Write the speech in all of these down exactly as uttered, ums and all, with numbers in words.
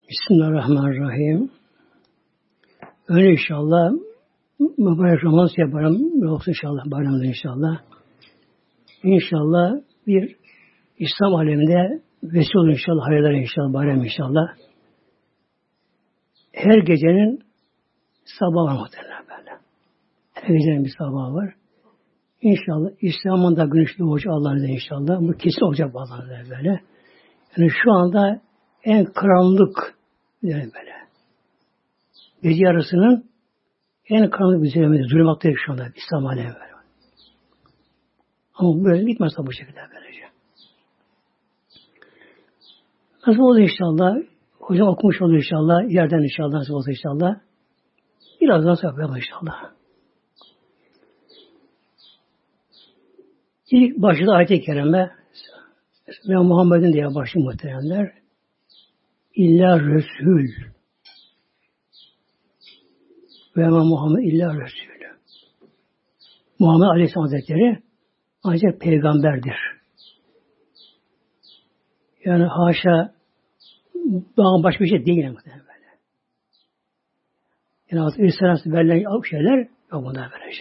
Bismillahirrahmanirrahim. Öyle inşallah mübarek Ramazan yaparım. Yoksa inşallah bayramda inşallah. İnşallah bir İslam aleminde vesile olur inşallah. Hayırlar inşallah. Bayram inşallah. Her gecenin sabahı var muhtemelen böyle. Her gecenin bir sabahı var. İnşallah İslam'ın da güneşli olacak Allah'ın izniyle inşallah. Bu kesin olacak Allah'ın izniyle böyle. Yani şu anda en karanlık yani böyle. Gece yarısının en karanlık bir zirvemizde. Zulümattayız şu anda İslam alemi böyle. Ama böyle bitmez bu şekilde böylece. Nasıl olur inşallah? Hocam okumuş olur inşallah. Yerden inşallah nasıl olsa inşallah. Birazdan sonra yapalım inşallah. İlk başta ayet-i kerime ve Muhammed'in diye başlı muhteremler İlla Resul ve Muhammed illa Resul. Muhammed Aleyhisselam Hazretleri ancak peygamberdir. Yani haşa daha başka bir şey değil muhtemelen böyle. Yani artık İslam'da verilen şeyler yok bunlar böylece.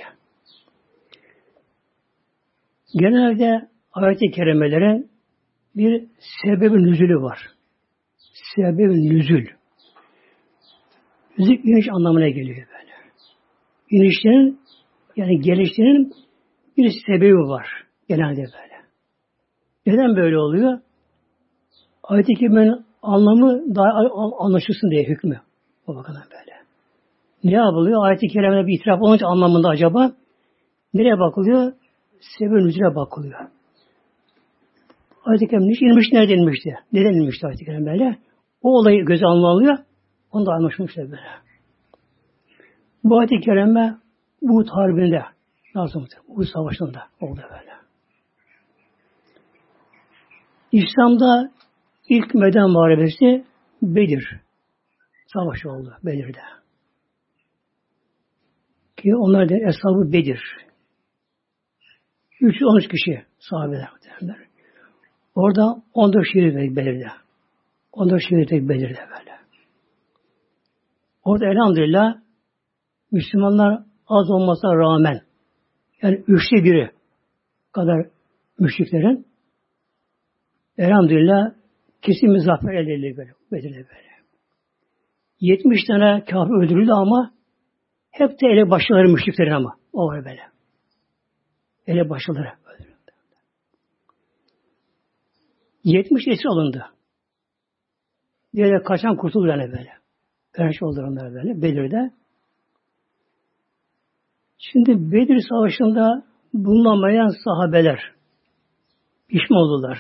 Genelde ayet-i kerimelerin bir sebebi nüzülü var. Sebebi nüzül. Nüzül iniş anlamına geliyor böyle. İnişlerin yani gelişlerin bir sebebi var. Genelde böyle. Neden böyle oluyor? Ayet-i kerimenin anlamı daha anlaşılsın diye hükmü. O bakımdan böyle. Ne yapılıyor? Ayet-i kerimede bir itiraf olunca anlamında acaba nereye bakılıyor? Sebebi nüzüle bakılıyor. Ayet-i Kerime niçin inmiş, nerede inmişti? Neden inmişti Ayet-i Kerime böyle? O olayı göze alınıyor. Onu da anlaşılmışlar böyle. Bu Ayet-i Kerime Uhud Harbi'nde nasıl mı? Uhud Savaşı'nda oldu böyle. İslam'da ilk meydan muharebesi Bedir Savaşı oldu. Bedir'de. Ki onlar da Eshab-ı Bedir. üç yüz on üç kişi sahabeler. Orada on dört şehir belirdi. on dört şehir tek belirdi böyle. Orada elhamdülillah Müslümanlar az olmasına rağmen yani üçte biri kadar müşriklerin elhamdülillah kesin bir zafer elde edildi böyle. Bedir'de böyle. yetmiş tane kafir öldürüldü ama hep de ele başları müşriklerin ama. O var böyle. Ele başları öldürüldü. yetmiş esir alındı. Diğerleri kaçan kurtuldu yani böyle. Perş oldu onlar böyle. Bedir'de. Şimdi Bedir Savaşı'nda bulunamayan sahabeler pişman oldular.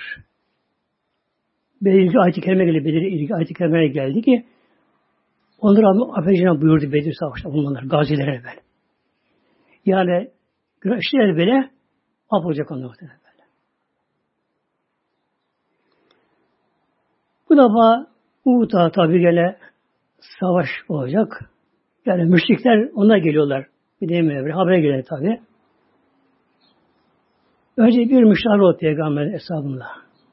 Bedir ayet-i kerime geldi. Bedir ayet-i kerime geldi ki onlara affedeceğine buyurdu Bedir Savaşı'nda bulunanlar. Gazilere böyle. Yani güneşler bile affolacak onlar muhtemelen böyle. Bu defa Uhud'a tabi gene savaş olacak. Yani müşrikler ona geliyorlar. Bir de böyle haber geliyor tabi. Önce bir müşavir oldu Peygamber'in hesabında.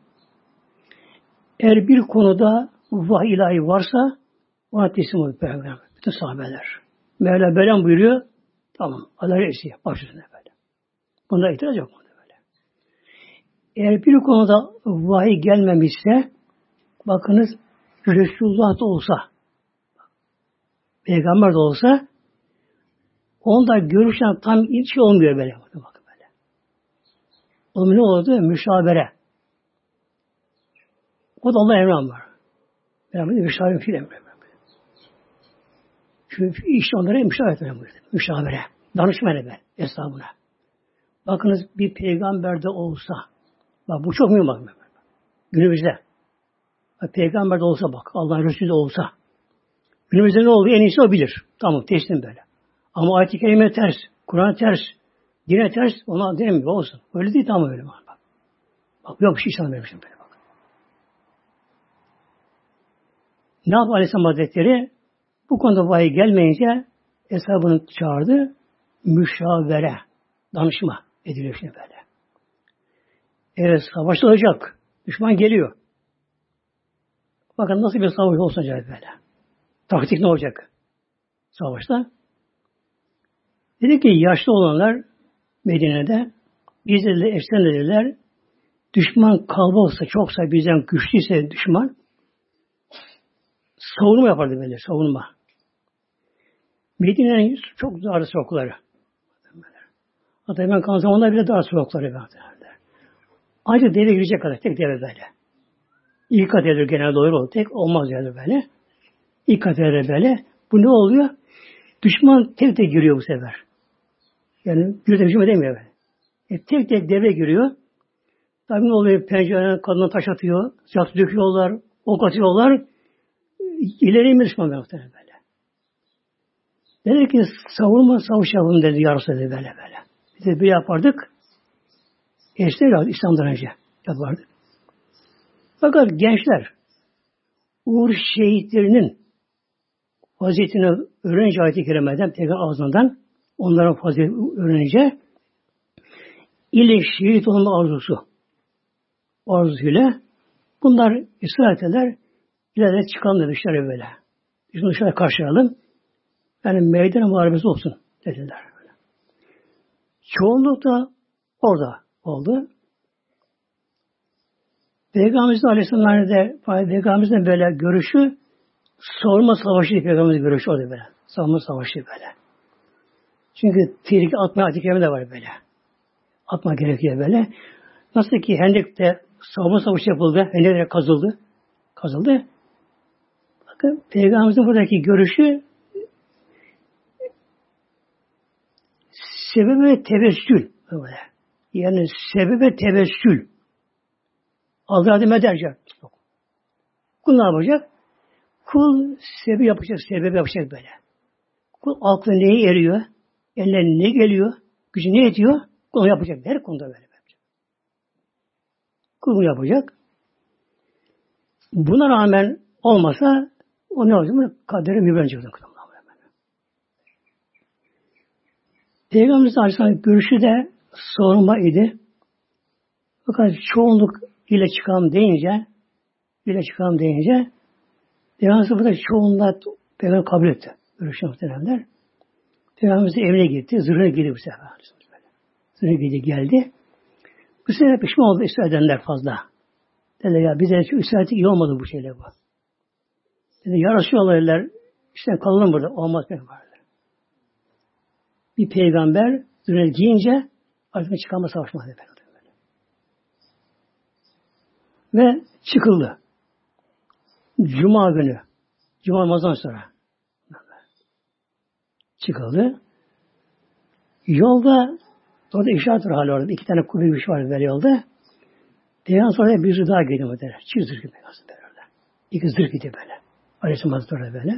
Eğer bir konuda vahiy ilahi varsa ona teslim olur Peygamber. Bütün sahabeler. Mevla Belam buyuruyor. Tamam. Allah reisi. Baş üstüne böyle. Bunda itiraz yok. Böyle. Eğer bir konuda vahiy gelmemişse bakınız Resulullah da olsa Peygamber de olsa onda görüşen tam hiç olmuyor böyle. Bakın böyle. O ne oldu? Müşavere. O da Allah emri var. Yani müşavere fiil emri. Çünkü işte onlara müşavere etmeye buyurdu. Müşavere. Danışma ben hesabına. Bakınız bir peygamber de olsa bak bu çok mühim bakın. Günümüzde peygamber de olsa bak Allah'ın Resulü de olsa günümüzde ne oluyor? En iyisi o bilir. Tamam teslim böyle. Ama ayet-i kerime ters. Kur'an ters. Dine ters. Ona demiyor olsun. Öyle değil tamam öyle. Bak, bak yok bir şey sanmıyormuşum böyle bak. Ne yaptı Aleyhisselam Hazretleri? Bu konuda vahiy gelmeyince hesabını çağırdı. Müşavere. Danışma ediliyor şimdi böyle. Evet savaş olacak. Düşman geliyor. Bakın nasıl bir savaş olacak böyle. Taktik ne olacak savaşta? Dedi ki yaşlı olanlar Medine'de biz de efsane dediler. Düşman kalabalıksa, çoksa, bizden güçlüyse düşman savunma yapardı böyle, savunma. Medine'nin çok dar sokakları. Hatta hemen kan zamanlar bile dar sokakları vardı. Ancak deve girecek kadar, tek deve böyle. İlk kat edilir genelde doğru, tek olmaz yani böyle. İlk kat edilir böyle. Bu ne oluyor? Düşman tek tek giriyor bu sefer. Yani bir de hücum edemiyor böyle. E, tek tek deve giriyor. Tabii ne oluyor? Pencereden kadına taş atıyor, sıcak döküyorlar, ok atıyorlar. İleri mi düşman böyle. Dedi ki savunma savaş yapalım dedi yarısı dedi böyle böyle. Biz de bir yapardık. Eşler İslam'dan önce yapardık. Fakat gençler uğur şehitlerinin faziletini öğrenince ayet-i kerimeden peygamber ağzından onların faziletini öğrenince ile şehit olma arzusu arzusuyla bunlar ısrar ettiler. İleride çıkalım dedi dışarı böyle. Biz bunu dışarı karşılayalım. Yani meydan muharebesi olsun dediler. Çoğunluk da orada oldu. Peygamberimizin Aleyhisselam'ın de Peygamberimizin böyle görüşü savunma savaşı Peygamberimizin görüşü orada böyle. Savunma savaşı böyle. Çünkü tehlike atma ayet-i kerime de var böyle. Atma gerekiyor böyle. Nasıl ki Hendek'te savunma savaşı yapıldı. Hendek'te kazıldı. Kazıldı. Bakın Peygamberimizin buradaki görüşü sebebe tevessül. Böyle. Yani sebebe tevessül. Allah adım ederce. Kul ne yapacak? Kul sebebi yapacak, sebebi yapacak böyle. Kul aklı neye eriyor? Eline ne geliyor? Gücü ne ediyor? Kul onu yapacak. Her konuda böyle. Kul bunu yapacak. Buna rağmen olmasa o ne olacak? Kaderi mübence olacak. Peygamberimizin Aleyhisselam görüşü de sorma idi. Fakat çoğunluk ile çıkalım deyince ile çıkalım deyince Peygamberimiz burada çoğunluğa Peygamber kabul etti. Görüşü muhtemelenler. Peygamberimiz evine gitti. Zırhına girdi bu sefer. Zırhına girdi geldi. Bu sefer pişman oldu ısrar edenler fazla. Dedi ya bize ısrar ettik iyi olmadı bu şeyler bu. Dedi ya Resulallah işte kalalım burada. Olmaz pek vardı. Bir peygamber zırhına giyince artık çıkanma savaşmadı. Ve çıkıldı. Cuma günü. Cuma namazdan sonra. Çıkıldı. Yolda orada işaret var hala orada. İki tane kubbe bir şey var böyle yolda. Peygamber sonra bir zırh daha giydi bu derler. Çift zırh gibi böyle. İki zırh giydi böyle. Aleyhisselam Hazretleri böyle.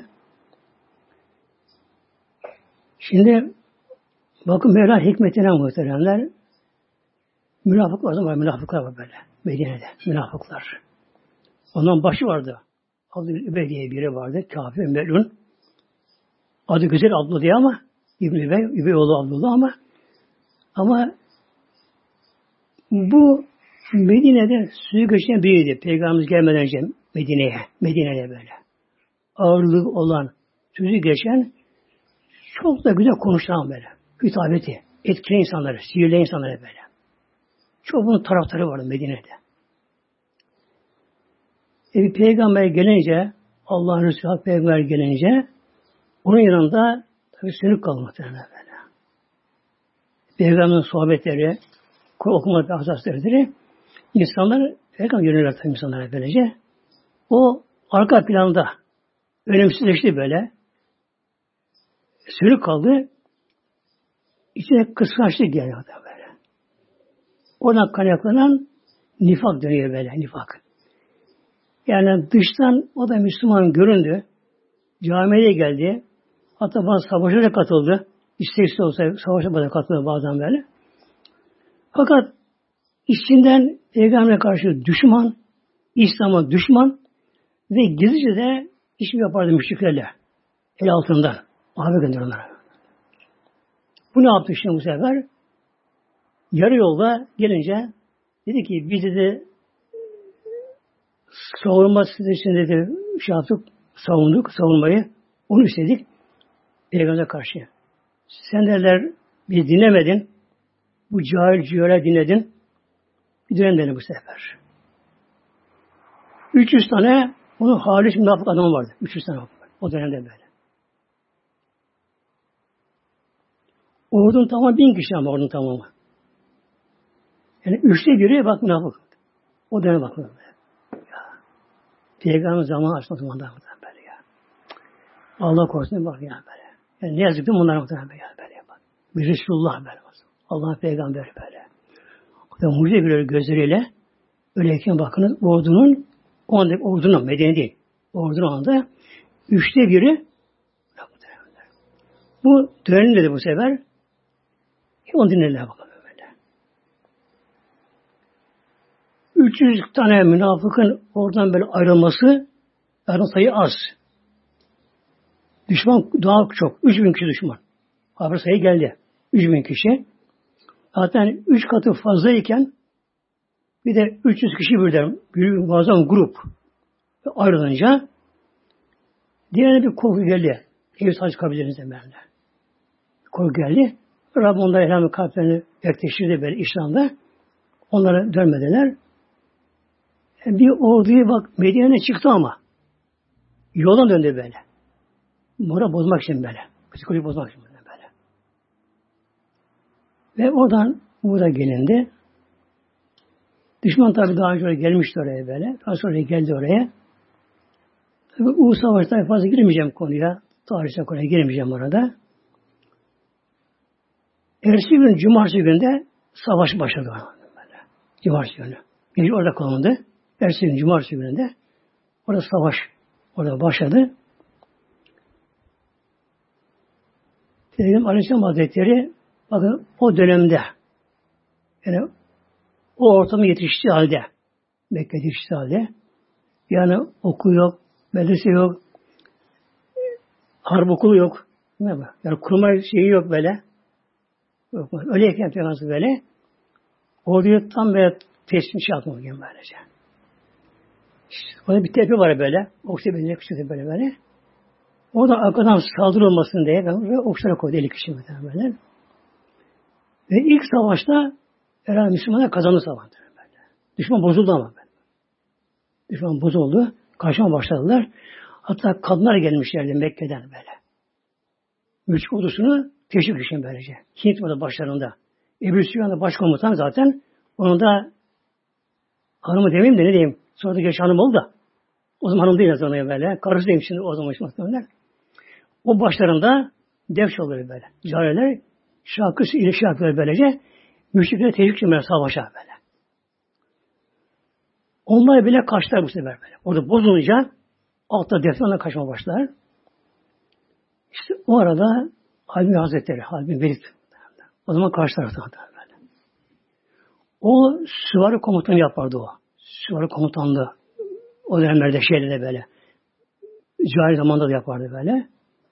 Şimdi bakın Mevla hikmetine muhteremler. Münafıklar var, münafıklar var böyle. Medine'de münafıklar. Ondan başı vardı. Adı Übey diye biri vardı. Kafir, melun. Adı güzel Abdullah diye ama İbn-i Übey, Übey oğlu Abdullah ama ama bu Medine'de suyu geçen biriydi. Peygamberimiz gelmeden önce Medine'ye. Medine'de böyle. Ağırlığı olan, sözü geçen çok da güzel konuşan böyle. Hitabeti. Etkili insanları, sihirli insanları böyle. Çok bunun taraftarı vardı Medine'de. E bir peygamber gelince, Allah'ın Resulü peygamber gelince, onun yanında tabi sönük kaldı muhtemelen böyle. Peygamberin sohbetleri, okumak asaslarıdır. İnsanlar, peygamber yöneliyorlar tabi insanlara böylece. O arka planda önemsizleşti böyle. Sönük kaldı. İçine kıskançlık geliyor da böyle. Oradan kaynaklanan nifak dönüyor böyle, nifak. Yani dıştan o da Müslüman göründü. Camiye geldi. Hatta bazı savaşlara katıldı. İsteksiz olsa savaşa katıldı bazen böyle. Fakat içinden Peygamber'e karşı düşman, İslam'a düşman ve gizlice de iş mi yapardı müşriklerle. El altından. Abi gönder onlara. Bu ne yaptı şimdi bu sefer? Yarı yolda gelince dedi ki biz de savunma stratejisinde de şey yaptık, savunduk, savunmayı. Onu istedik. Peygamber'e karşı. Sen derler bir dinlemedin. Bu cahil cüheler dinledin. Bir dönem dedi bu sefer. üç yüz tane onun halis münafık adam vardı. üç yüz tane vardı. O dönemde böyle. Ordunun tamamı bin kişi ama ordunun tamamı. Yani üçte biri bak münafık. O dönem bak böyle. Ya. Peygamber zaman açmak zamanında böyle ya. Allah korusun bak ya böyle. Yani ne yazık ki bunlar muhtemelen böyle, böyle bak. Bir Resulullah böyle. Allah'ın peygamberi böyle. O da mucize bir gözleriyle öyleyken bakınız ordunun o anda ordunun medeni değil. Ordunun anda üçte biri bu dönelim dedi bu sefer. Onu dinlerler bakalım böyle. üç yüz tane münafıkın oradan böyle ayrılması yani sayı az. Düşman daha çok. üç bin kişi düşman. Haber sayı geldi. üç bin kişi. Zaten üç katı fazlayken bir de üç yüz kişi birden bir muazzam grup ayrılınca diğerine bir korku geldi. Ev saç kabilelerinizden böyle. Korku geldi. Rabbim onlara elhamdülillah kalplerini yaklaştırdı böyle İslam'da. Onlara dönmediler. Bir orduya bak Medine'ye çıktı ama yoldan döndü böyle. Moral bozmak için böyle. Psikoloji bozmak için böyle. Ve oradan burada gelindi. Düşman tabi daha önce gelmişti oraya böyle. Daha sonra geldi oraya. Tabi Uğur Savaşı'na fazla girmeyeceğim konuya. Tarihsel konuya girmeyeceğim orada. Ertesi gün, cumartesi günde savaş başladı. Böyle. Cumartesi günü. Gece orada kalındı. Ertesi gün, cumartesi gününde orada savaş orada başladı. Peygamber Aleyhisselam Hazretleri bakın o dönemde yani o ortamı yetiştiği halde Mekke yetiştiği halde yani okul yok, medrese yok, harp okulu yok. Ne bu? Yani kurma şeyi yok böyle. Yok. Öyleyken nasıl böyle orduyu tam böyle teslim şey atmak gibi böylece. İşte, orada bir tepe var böyle. Okçu belirle küçük böyle böyle. Orada arkadan saldırı olmasın diye ben okçulara koydu elli kişi böyle. Ve ilk savaşta herhalde Müslümanlar kazandı savaşta. Böyle. Düşman bozuldu ama. Böyle. Düşman bozuldu. Kaçmaya başladılar. Hatta kadınlar gelmişlerdi Mekke'den böyle. Müşrik ordusunu teşvik için böylece. Hint orada başlarında. Ebu Süfyan'da başkomutan zaten. Onun da hanımı demeyeyim de ne diyeyim. Sonra da geç hanım oldu da. O zaman hanım değil o zaman böyle. Karısı diyeyim şimdi o zaman. O başlarında devş oluyor böyle. Cariyeler şarkı ile şarkılar böylece müşriklere teşvik için böyle savaşa böyle. Onlar bile kaçtılar bu sefer böyle. Orada bozulunca altta defterle kaçma başlar. İşte o arada Halid Hazretleri, Halid bin Velid o zaman karşı tarafta böyle. O süvari komutanı yapardı o. Süvari komutanlığı. O dönemlerde şeyde de böyle. Cahil zamanda da yapardı böyle.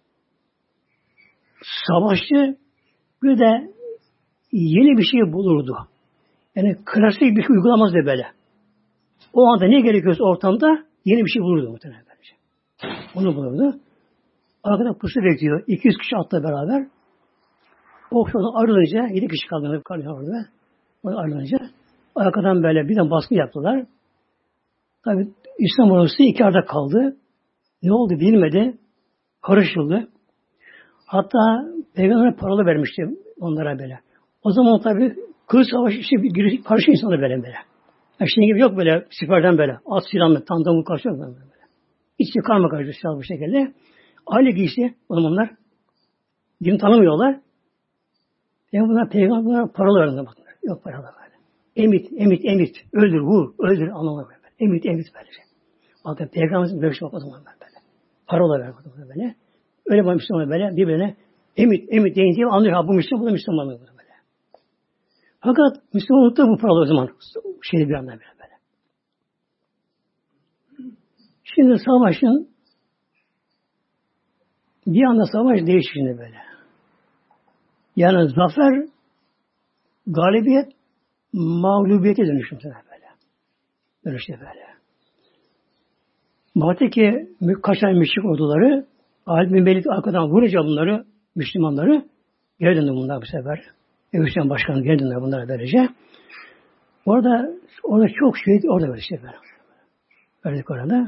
Savaşçı bir de yeni bir şey bulurdu. Yani klasik bir şey uygulamazdı böyle. O anda ne gerekiyorsa ortamda yeni bir şey bulurdu muhtemelen böylece. Onu bulurdu. Arkada pusu bekliyor. iki yüz kişi atla beraber. O şuradan ayrılınca yedi kişi kaldı orada. Orada ayrılınca arkadan böyle bir de baskı yaptılar. Tabi İslam ordusu iki arada kaldı. Ne oldu bilmedi. Karışıldı. Hatta Peygamber'e paralı vermişti onlara böyle. O zaman tabi kılıç savaşı işte bir karşı insanlar böyle böyle. Yani şimdi gibi yok böyle siperden böyle. At silahlı, tantamlı karşı yok böyle. İçi karma karşı silah bu şekilde. Aile giysi o zamanlar. Din tanımıyorlar. Yani bunlar Peygamber'e paralı verdiler bakın. Yok paralı böyle. Emit, emit, emit. Öldür, vur, öldür anlamına böyle. Emit, emit böylece. Bakın Peygamber'in böyle bir şey yok o zaman böyle. Parola ver böyle. Öyle bana Müslüman böyle birbirine emit, emit deyince anlıyor. Ha bu Müslüman, bu da Müslüman böyle. Fakat Müslüman unuttu bu paralı o zaman. Şeyde bir anda böyle böyle. Şimdi savaşın bir anda savaş değişti şimdi böyle. Yani zafer galibiyet mağlubiyete dönüştü böyle. Dönüştü böyle. Batı'daki kaçan müşrik orduları Halid bin Velid arkadan vurunca bunları, Müslümanları geri döndü bunlar bu sefer. Ebu Başkanı geri döndü bunlara böylece. Orada orada çok şehit orada böyle işte böyle. Verdik orada.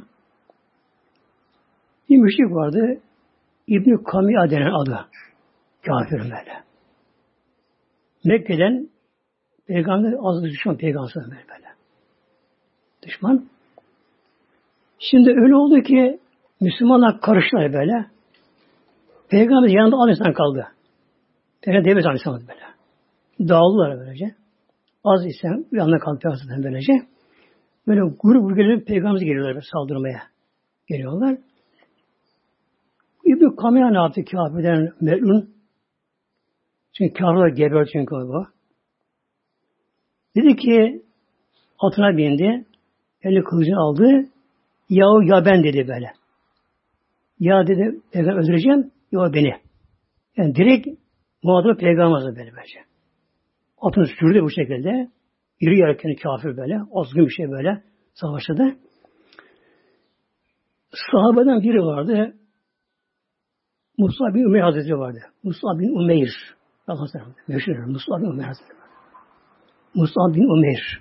Bir müşrik vardı. İbn-i Kami'a denen adı. Kafir böyle. Mekke'den Peygamber az düşman peygamber böyle böyle. Düşman. Şimdi öyle oldu ki Müslümanlar karıştılar böyle. Peygamber yanında az insan kaldı. Peygamber devlet aleyhisselam böyle. Dağıldılar böylece. Az insan yanında kaldı Peygamber'den böylece. Böyle grup grup gelip Peygamber'e geliyorlar böyle, saldırmaya geliyorlar. İbn-i Kamiya ne yaptı kafirden melun? Çünkü kârlar geberdi çünkü o. Dedi ki atına bindi. Eli kılıcını aldı. Yahu ya ben dedi böyle. Ya dedi peygamber öldüreceğim. Ya beni. Yani direkt muhatap peygamber böyle bence. Atını sürdü bu şekilde. İri yarıken kafir böyle. Azgın bir şey böyle. Savaşta da. Sahabeden biri vardı. Musa bin Umeyr Hazretleri vardı. Musa bin Umeyr. Meşhur. Musa bin Umeyr Hazretleri. Musa bin Umeyr.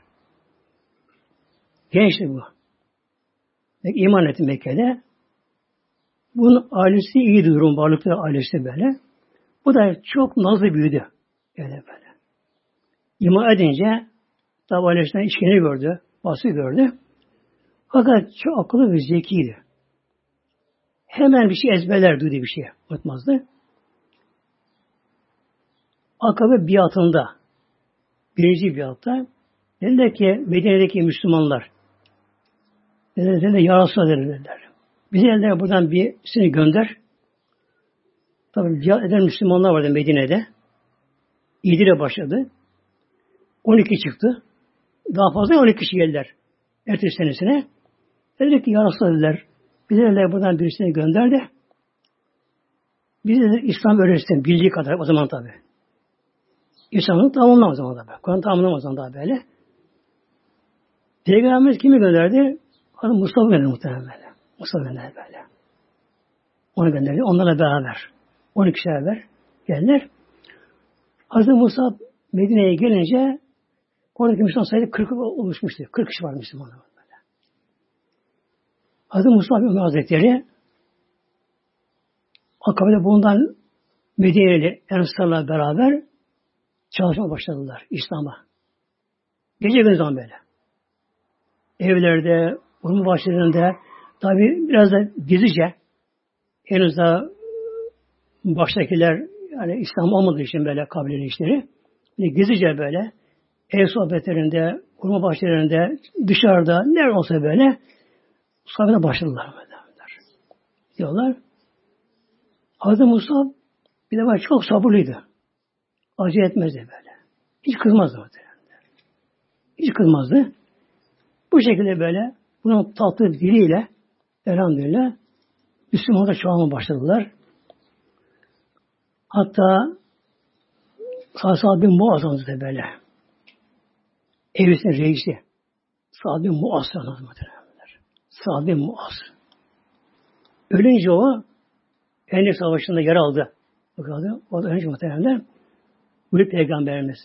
Gençti bu. İman etti Mekke'de. Bunun ailesi iyi durum. Varlıklı ailesi böyle. Bu da çok nazlı büyüdü. Böyle böyle. İman edince tabi ailesinden içkini gördü. Baskı gördü. Fakat çok akıllı ve zekiydi. Hemen bir şey ezberler duyduğu bir şey. Unutmazdı. Akabe biatında birinci biatta dediler ki Medine'deki Müslümanlar dediler ya Resulallah dediler. Bize dediler buradan birisini gönder. Tabi biat eden Müslümanlar vardı Medine'de. İdil'e başladı. on iki çıktı. Daha fazla on iki kişi geldiler. Ertesi senesine. Dediler ki ya Resulallah dediler. Bize dediler buradan birisini gönder de bize de İslam öğretsin bildiği kadar o zaman tabi. İslam'ın tamamlamaz o zaman da. Kur'an tamamlamaz o zaman daha böyle. Peygamberimiz kimi gönderdi? Hanım Mustafa gönderdi muhtemelen böyle. Mustafa gönderdi böyle. Onu gönderdi. Onlarla beraber. on iki kişi beraber geldiler. Hazreti Musa Medine'ye gelince oradaki Müslüman sayıda kırk oluşmuştu. kırk kişi var Müslümanlar böyle. Hazreti Musa bin Ömer Hazretleri Akabe'de bulunan Medine'li Ensar'la beraber çalışmaya başladılar İslam'a. Gece gündüz zaman böyle. Evlerde, urma bahçelerinde tabi biraz da gizlice henüz daha baştakiler yani İslam olmadığı için böyle kabilenin işleri yani gizlice böyle ev sohbetlerinde, urma bahçelerinde, dışarıda ne olsa böyle sohbete başladılar. Diyorlar. Hazreti Musa bir de var çok sabırlıydı. Acı etmezdi böyle. Hiç kızmazdı muhtemelen. Hiç kızmazdı. Bu şekilde böyle bunun tatlı diliyle elhamdülillah Müslümanlar çoğalmaya başladılar. Hatta Sa'd bin Muaz da böyle evlisinin reisi Sa'd bin Muaz muhtemelenler. Sa'd bin Muaz. Ölünce o Hendek Savaşı'nda yer aldı. Bakalım, o da önce muhtemelenler bu Peygamberimiz.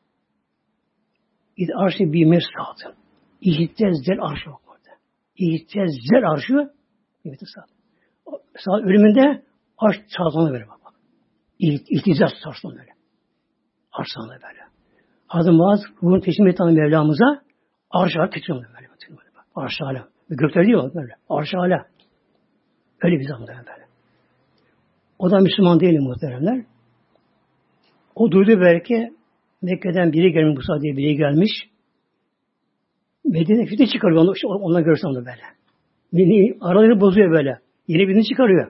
İd arşı bir mersatın. İhtezzel arşı yok orada. İhtezzel arşı evet saat. Saat ölümünde arş sarsana böyle bak. İhtizaz sarsana böyle. Arsana böyle. Hazreti Muaz ruhunu teslim etti Mevlamıza arş hala titriyor böyle. Arş hala. Gökler değil mi böyle? Arş hala. Öyle bir zamanda böyle. O da Müslüman değil muhteremler. O duydu belki Mekke'den biri gelmiş, Musa diye biri gelmiş. Medine'de fitne çıkarıyor. Onu, onunla görsem de böyle. Beni, aralarını bozuyor böyle. Yeni birini çıkarıyor.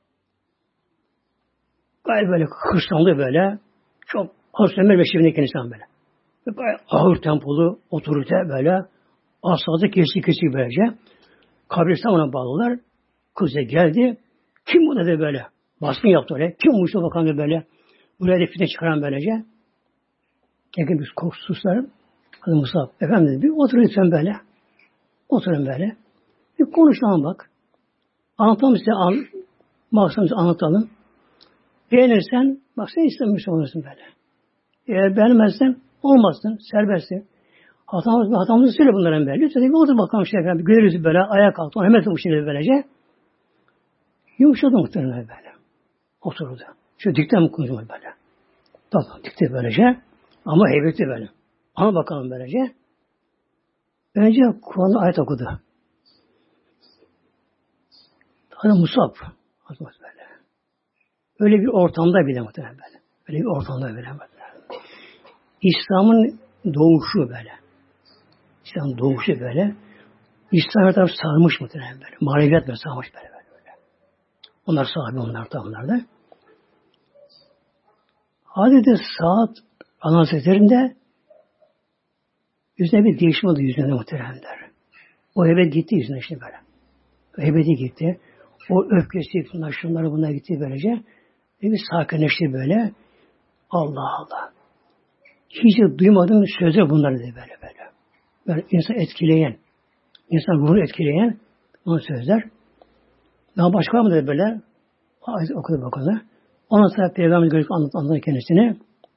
Gayet böyle hırslandı böyle. Çok ağır sömür ve şivindeki insan böyle. Gayet ağır tempolu, otorite böyle. Asadı kesik kesik böylece. Kabristan ona bağlılar. Kızı geldi. Kim bu dedi böyle. Baskın yaptı oraya. Kim bu işte bakan böyle. Buraya da fitne çıkaran böylece. Çünkü biz korkusuzlar. Hazreti Musa efendim dedi. Bir oturun lütfen böyle. Oturun böyle. Bir konuşalım bak. Anlatalım size, an, maksadımızı anlatalım. Beğenirsen, bak sen istemişsin olursun böyle. Eğer beğenmezsen, olmazsın, serbestsin. Hatamız, hatamızı söyle bunların böyle. Lütfen bir otur bakalım şey efendim. Görürüz böyle, ayağa kalktı. Onu hemen bu şimdi böylece. Yumuşadı muhtemelen böyle. Oturdu. Şu dikten mi konuşmadı böyle. Tamam, dikti böylece. Ama heybetli böyle. Ana bakalım böylece. Önce Kur'an'da ayet okudu. Adı Musab. Adı böyle. Öyle bir ortamda bile muhtemelen böyle. Öyle bir ortamda bile muhtemelen. İslam'ın doğuşu böyle. İslam'ın doğuşu böyle. İslam'a taraf sarmış muhtemelen böyle. Maneviyat böyle sarmış böyle, böyle böyle. Onlar sahibi onlar da onlar da. Adeta saat anasetlerinde yüzüne bir değişim oldu yüzünde muhteremler. O heybet gitti yüzüne işte böyle. O heybeti gitti. O öfkesi, şunlar, şunları bunlar gitti böylece. Ve bir sakinleşti böyle. Allah Allah. Hiç duymadığım sözler bunlar dedi böyle böyle. Böyle insan etkileyen, insan ruhunu etkileyen o sözler. Daha başka var mı dedi böyle. Ayet okudu bakalım. Ondan sonra Peygamber görüp anlat, anlat kendisine.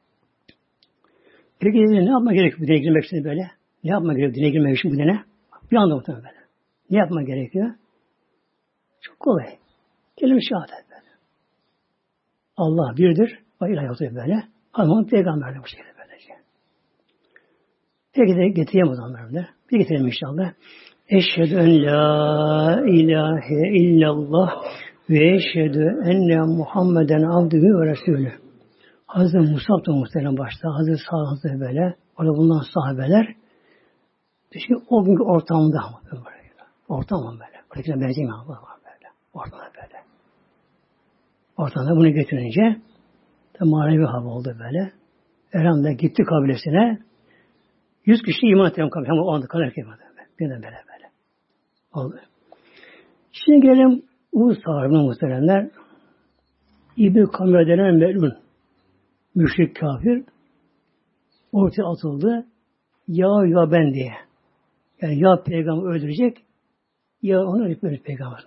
Peki dedi, ne yapma gerekiyor bu dine girmek için böyle? Ne yapma gerekiyor dine girmek için bu dine? Bir anda muhtemelen böyle. Ne yapma gerekiyor? Çok kolay. Kelime şehadet böyle. Allah birdir. O ilahi oturuyor böyle. Ama peygamber de bu şekilde böylece. Peki de getireyim o zaman böyle. Bir getirelim inşallah. Eşhedü en la ilahe illallah ve eşhedü enne Muhammeden abdühü ve resulü. Hazreti Musab da muhtemelen başta. Hazreti Sa'd böyle. Orada bulunan sahabeler. Düşünün o günkü ortamda. Ortam mı böyle? Buradakiler benzeyim mi? Böyle. Ortamda böyle. Ortamda bunu getirince manevi hava oldu böyle. Elhamdülillah gitti kabilesine. Yüz kişi iman etti. Hem o anda kadar ki birden böyle böyle. Oldu. Şimdi gelelim Uhud Savaşı'na muhteremler. İbn-i Kamir denen melun. Müşrik kafir. Ortaya atıldı. Ya ya ben diye. Yani ya peygamber öldürecek ya onu öldürecek peygamber.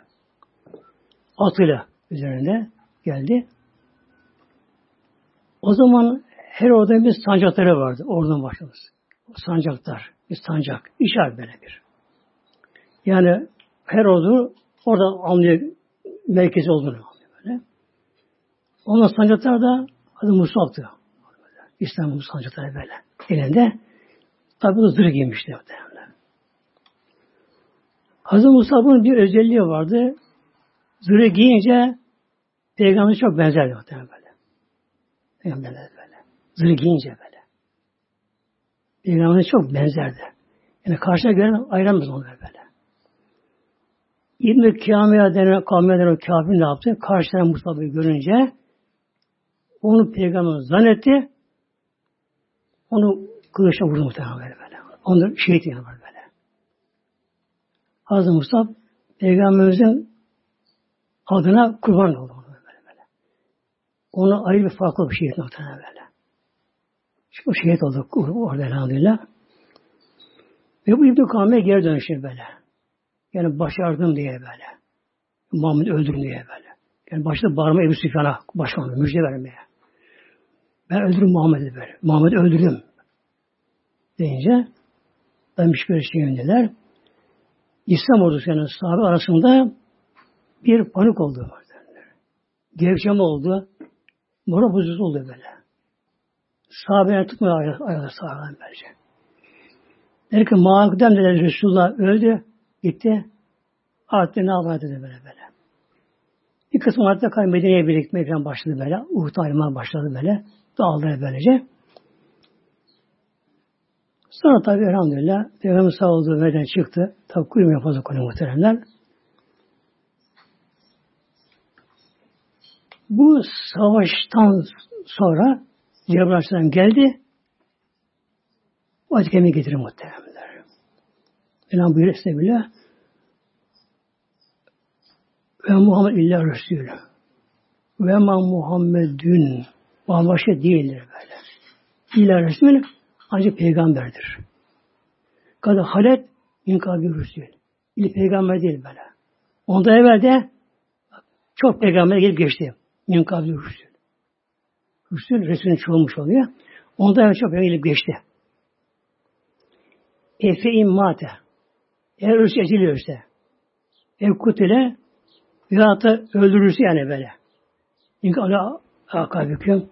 Atıyla üzerinde geldi. O zaman her orada bir sancakları vardı. Oradan başlamış. Sancaklar. Bir sancak. İşaret böyle bir. Yani her ordu oradan anlıyor merkezi olduğunu anlıyor böyle. Ondan sancaklar da adı Musab'tı. İslam'ın sancakları böyle. Elinde. Tabi o zırh giymişti. Hazreti Musab'ın bir özelliği vardı. Zırhı giyince Peygamber'e çok benzerdi muhtemelen böyle. Peygamber'e böyle. Zırhı giyince böyle. Peygamber'e çok benzerdi. Yani karşına gören ayıramaz onlar böyle. İbn-i Kâmiye denen, Kâmiye denen o kâfir ne yaptı? Karşıdan Musab'ı görünce onu Peygamber zannetti. Onu kılıçla vurdu muhtemelen böyle böyle. Onu şehit yani böyle. Hazreti Musab Peygamberimizin adına kurban oldu. Böyle böyle. Onu ayrı bir farklı bir şehit muhtemelen böyle. Çünkü o şehit oldu orada elhamdülillah. Ve bu İbn-i Kâmiye geri dönüşü böyle. Yani başardım diye böyle. Muhammed öldürdüm diye böyle. Yani başta bağırma Ebu Süfyan'a başkanlığı müjde vermeye. Ben öldürdüm Muhammed'i böyle. Muhammed'i öldürdüm. Deyince ben bir şey yönündeler. İslam ordusu yani sahabe arasında bir panik oldu. Gevşeme oldu. Moral bozuldu oldu böyle. Sahabeler tutmuyor ayakta sahabeler bence. Derken mağdem dediler Resulullah öldü. Gitti. Artık ne yapar dedi böyle böyle. Bir kısmı artık kay Medine'ye birikmeye falan başladı böyle. Uhud'a ayrılmaya başladı böyle. Dağıldılar böylece. Sonra tabi elhamdülillah Peygamber sağ olduğu yerden çıktı. Tabi kuyumaya fazla konu muhteremler. Bu savaştan sonra Cebrail Aleyhisselam geldi. Vacip kemiği getirir muhteremler. Elham buyuruyor Estağfirullah. Ve Muhammed illa Resulü. Ve ma Muhammedün. Başka değildir böyle. İlla Resulü ancak peygamberdir. Kadı halet inkâ bir Resul. İli peygamber değil böyle. Ondan evvel de çok peygamber gelip geçti. Min kabli Rüsül. Rüsül, Resul'ün çoğulmuş oluyor. Ondan evvel çok peygamber gelip geçti. Efe immate. Eğer ölürse eziliyorsa. Ev kutile veyahut da öldürürse yani böyle. İnk ala akabüküm.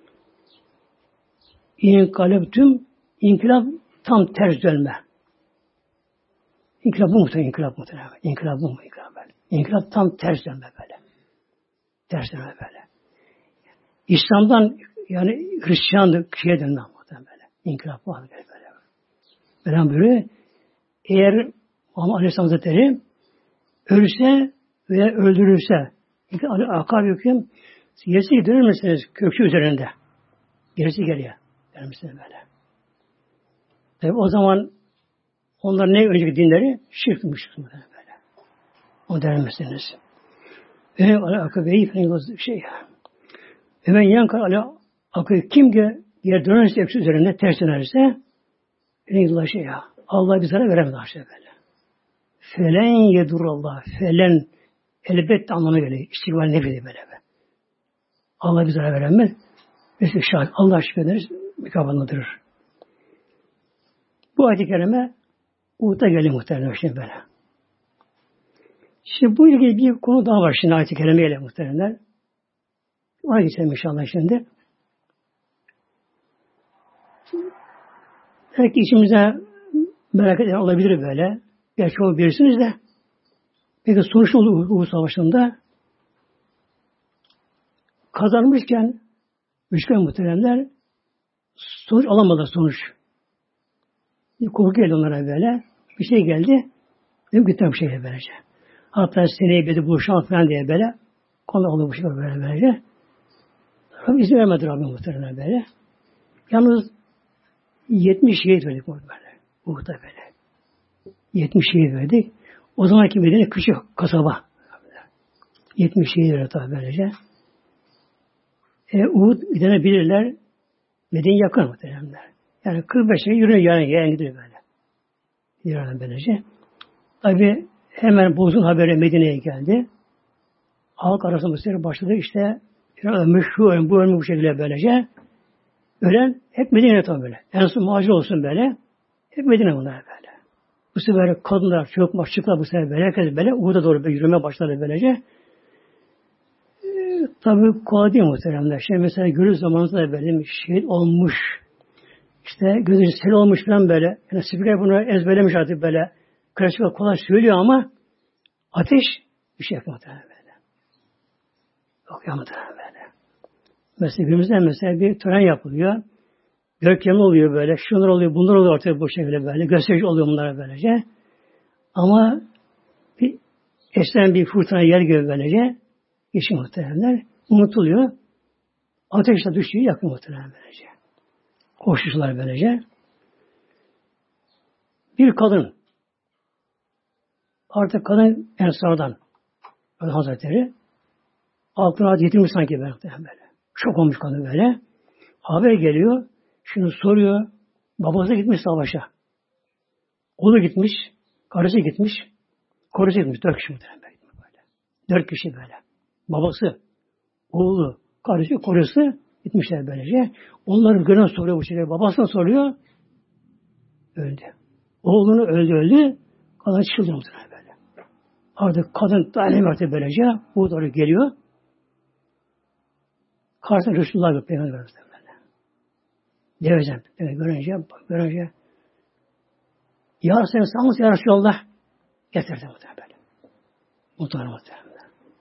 İnkalebtüm. İnkılap tam ters dönme. İnkılap bu muhtemelen. İnkılap muhtemelen. İnkılap bu mu? İnkılap böyle. İnkılap tam ters dönme böyle. Ters dönme böyle. İslam'dan yani Hristiyanlık şeye dönme muhtemelen böyle. İnkılap bu böyle. Böyle böyle. Eğer Muhammed Aleyhisselam Hazretleri ölse veya öldürülse akab hüküm gerisi dönür müsünüz kökçü üzerinde? Gerisi geliyor. Dönür müsünüz böyle? Tabi o zaman onlar ne önceki dinleri? Şirkmiş böyle. O dönür müsünüz? Ve akabeyi falan şey. Hemen yankar ala akabeyi kim ki yer dönerse kökçü üzerinde ters dönerse Allah şey ya. Allah bir zarar veremez aşağı böyle. Felen yedurallah. Felen elbette anlamına geliyor. İstikbal ne bileyim böyle be. Allah bir zarar veremez. Mesela şahit. Allah şüpheleniriz. Mükafatlandırır. Bu ayet-i kerime Uhud'a geliyor muhtemelen şimdi böyle. Şimdi bu ilgili bir konu daha var şimdi ayet-i kerimeyle muhtemelen. Ona geçelim inşallah şimdi. Belki içimize merak eden olabilir böyle. Gerçi o bilirsiniz de. Peki sonuç oldu Uhud Savaşı'nda kazanmışken müşkül muhteremler sonuç alamadılar sonuç. Bir korku geldi onlara böyle. Bir şey geldi. Dedim ki bir şey böylece. Hatta seneye bir de buluşalım falan diye böyle. Konu oldu bu şey böyle böylece. Rabbim izin vermedi Rabbim muhteremler böyle. Yalnız yetmiş şehit verdik orada böyle. Uhud'da böyle. yetmiş şehit verdik. O zamanki Medine küçük kasaba. yetmiş şehit verdik tabi böylece. E, Uhud gidebilirler. Medine yakın muhteremler. Yani kırk beş şehit yürüyor yani yani gidiyor böyle. Gidiyorlar böylece. Tabi hemen bozun haberi Medine'ye geldi. Halk arasında bu sefer başladı işte ölmüş, şu ölmüş, bu ölmüş bu şekilde böylece. Ölen hep Medine'ye tabi böyle. En son muhacir olsun böyle. Hep Medine bunlar böyle. Bu sefer kadınlar, çocuklar, çıklar bu sefer böyle. Herkes böyle Uhud'a doğru böyle yürümeye başladı böylece. Ee, tabi kolay değil muhteremler. Şimdi mesela görüş zamanında da böyle şehit olmuş. İşte gözü sel olmuş falan böyle. Yani spiker bunu ezberlemiş artık böyle. Klasik kolay söylüyor ama ateş bir şey yapıyor muhterem böyle. Yok ya muhterem böyle. Mesela günümüzde mesela bir tören yapılıyor. Görkemli oluyor böyle. Şunlar oluyor, bunlar oluyor ortaya bu şekilde böyle. Gösterici oluyor bunlara böylece. Ama bir esen bir fırtına yer gibi böylece geçim muhteremler unutuluyor. Ateşle düşüyor, yakın muhterem böylece. Koşuşlar böylece. Bir kadın artık kadın Ensar'dan Hazretleri altına yetirmiş sanki böyle. Şok olmuş kadın böyle. Haber geliyor. Şunu soruyor. Babası gitmiş savaşa. Oğlu gitmiş. Karısı gitmiş. Karısı gitmiş. Dört kişi muhtemelen böyle. Dört kişi böyle. Babası, oğlu, karısı, karısı gitmişler böylece. Onları gören soruyor bu şekilde. Babasına soruyor. Öldü. Oğlunu öldü öldü. Kadın çıldırdı muhtemelen böyle. Artık kadın dayanamıyor böylece. Bu doğru geliyor. Karşısında Resulullah bir peygamber böyle. Deveceğim. Evet, görünce, görünce. Ya sen sağ mısın ya Resulallah? Getirdi muhtemelen böyle. Muhtemelen muhtemelen.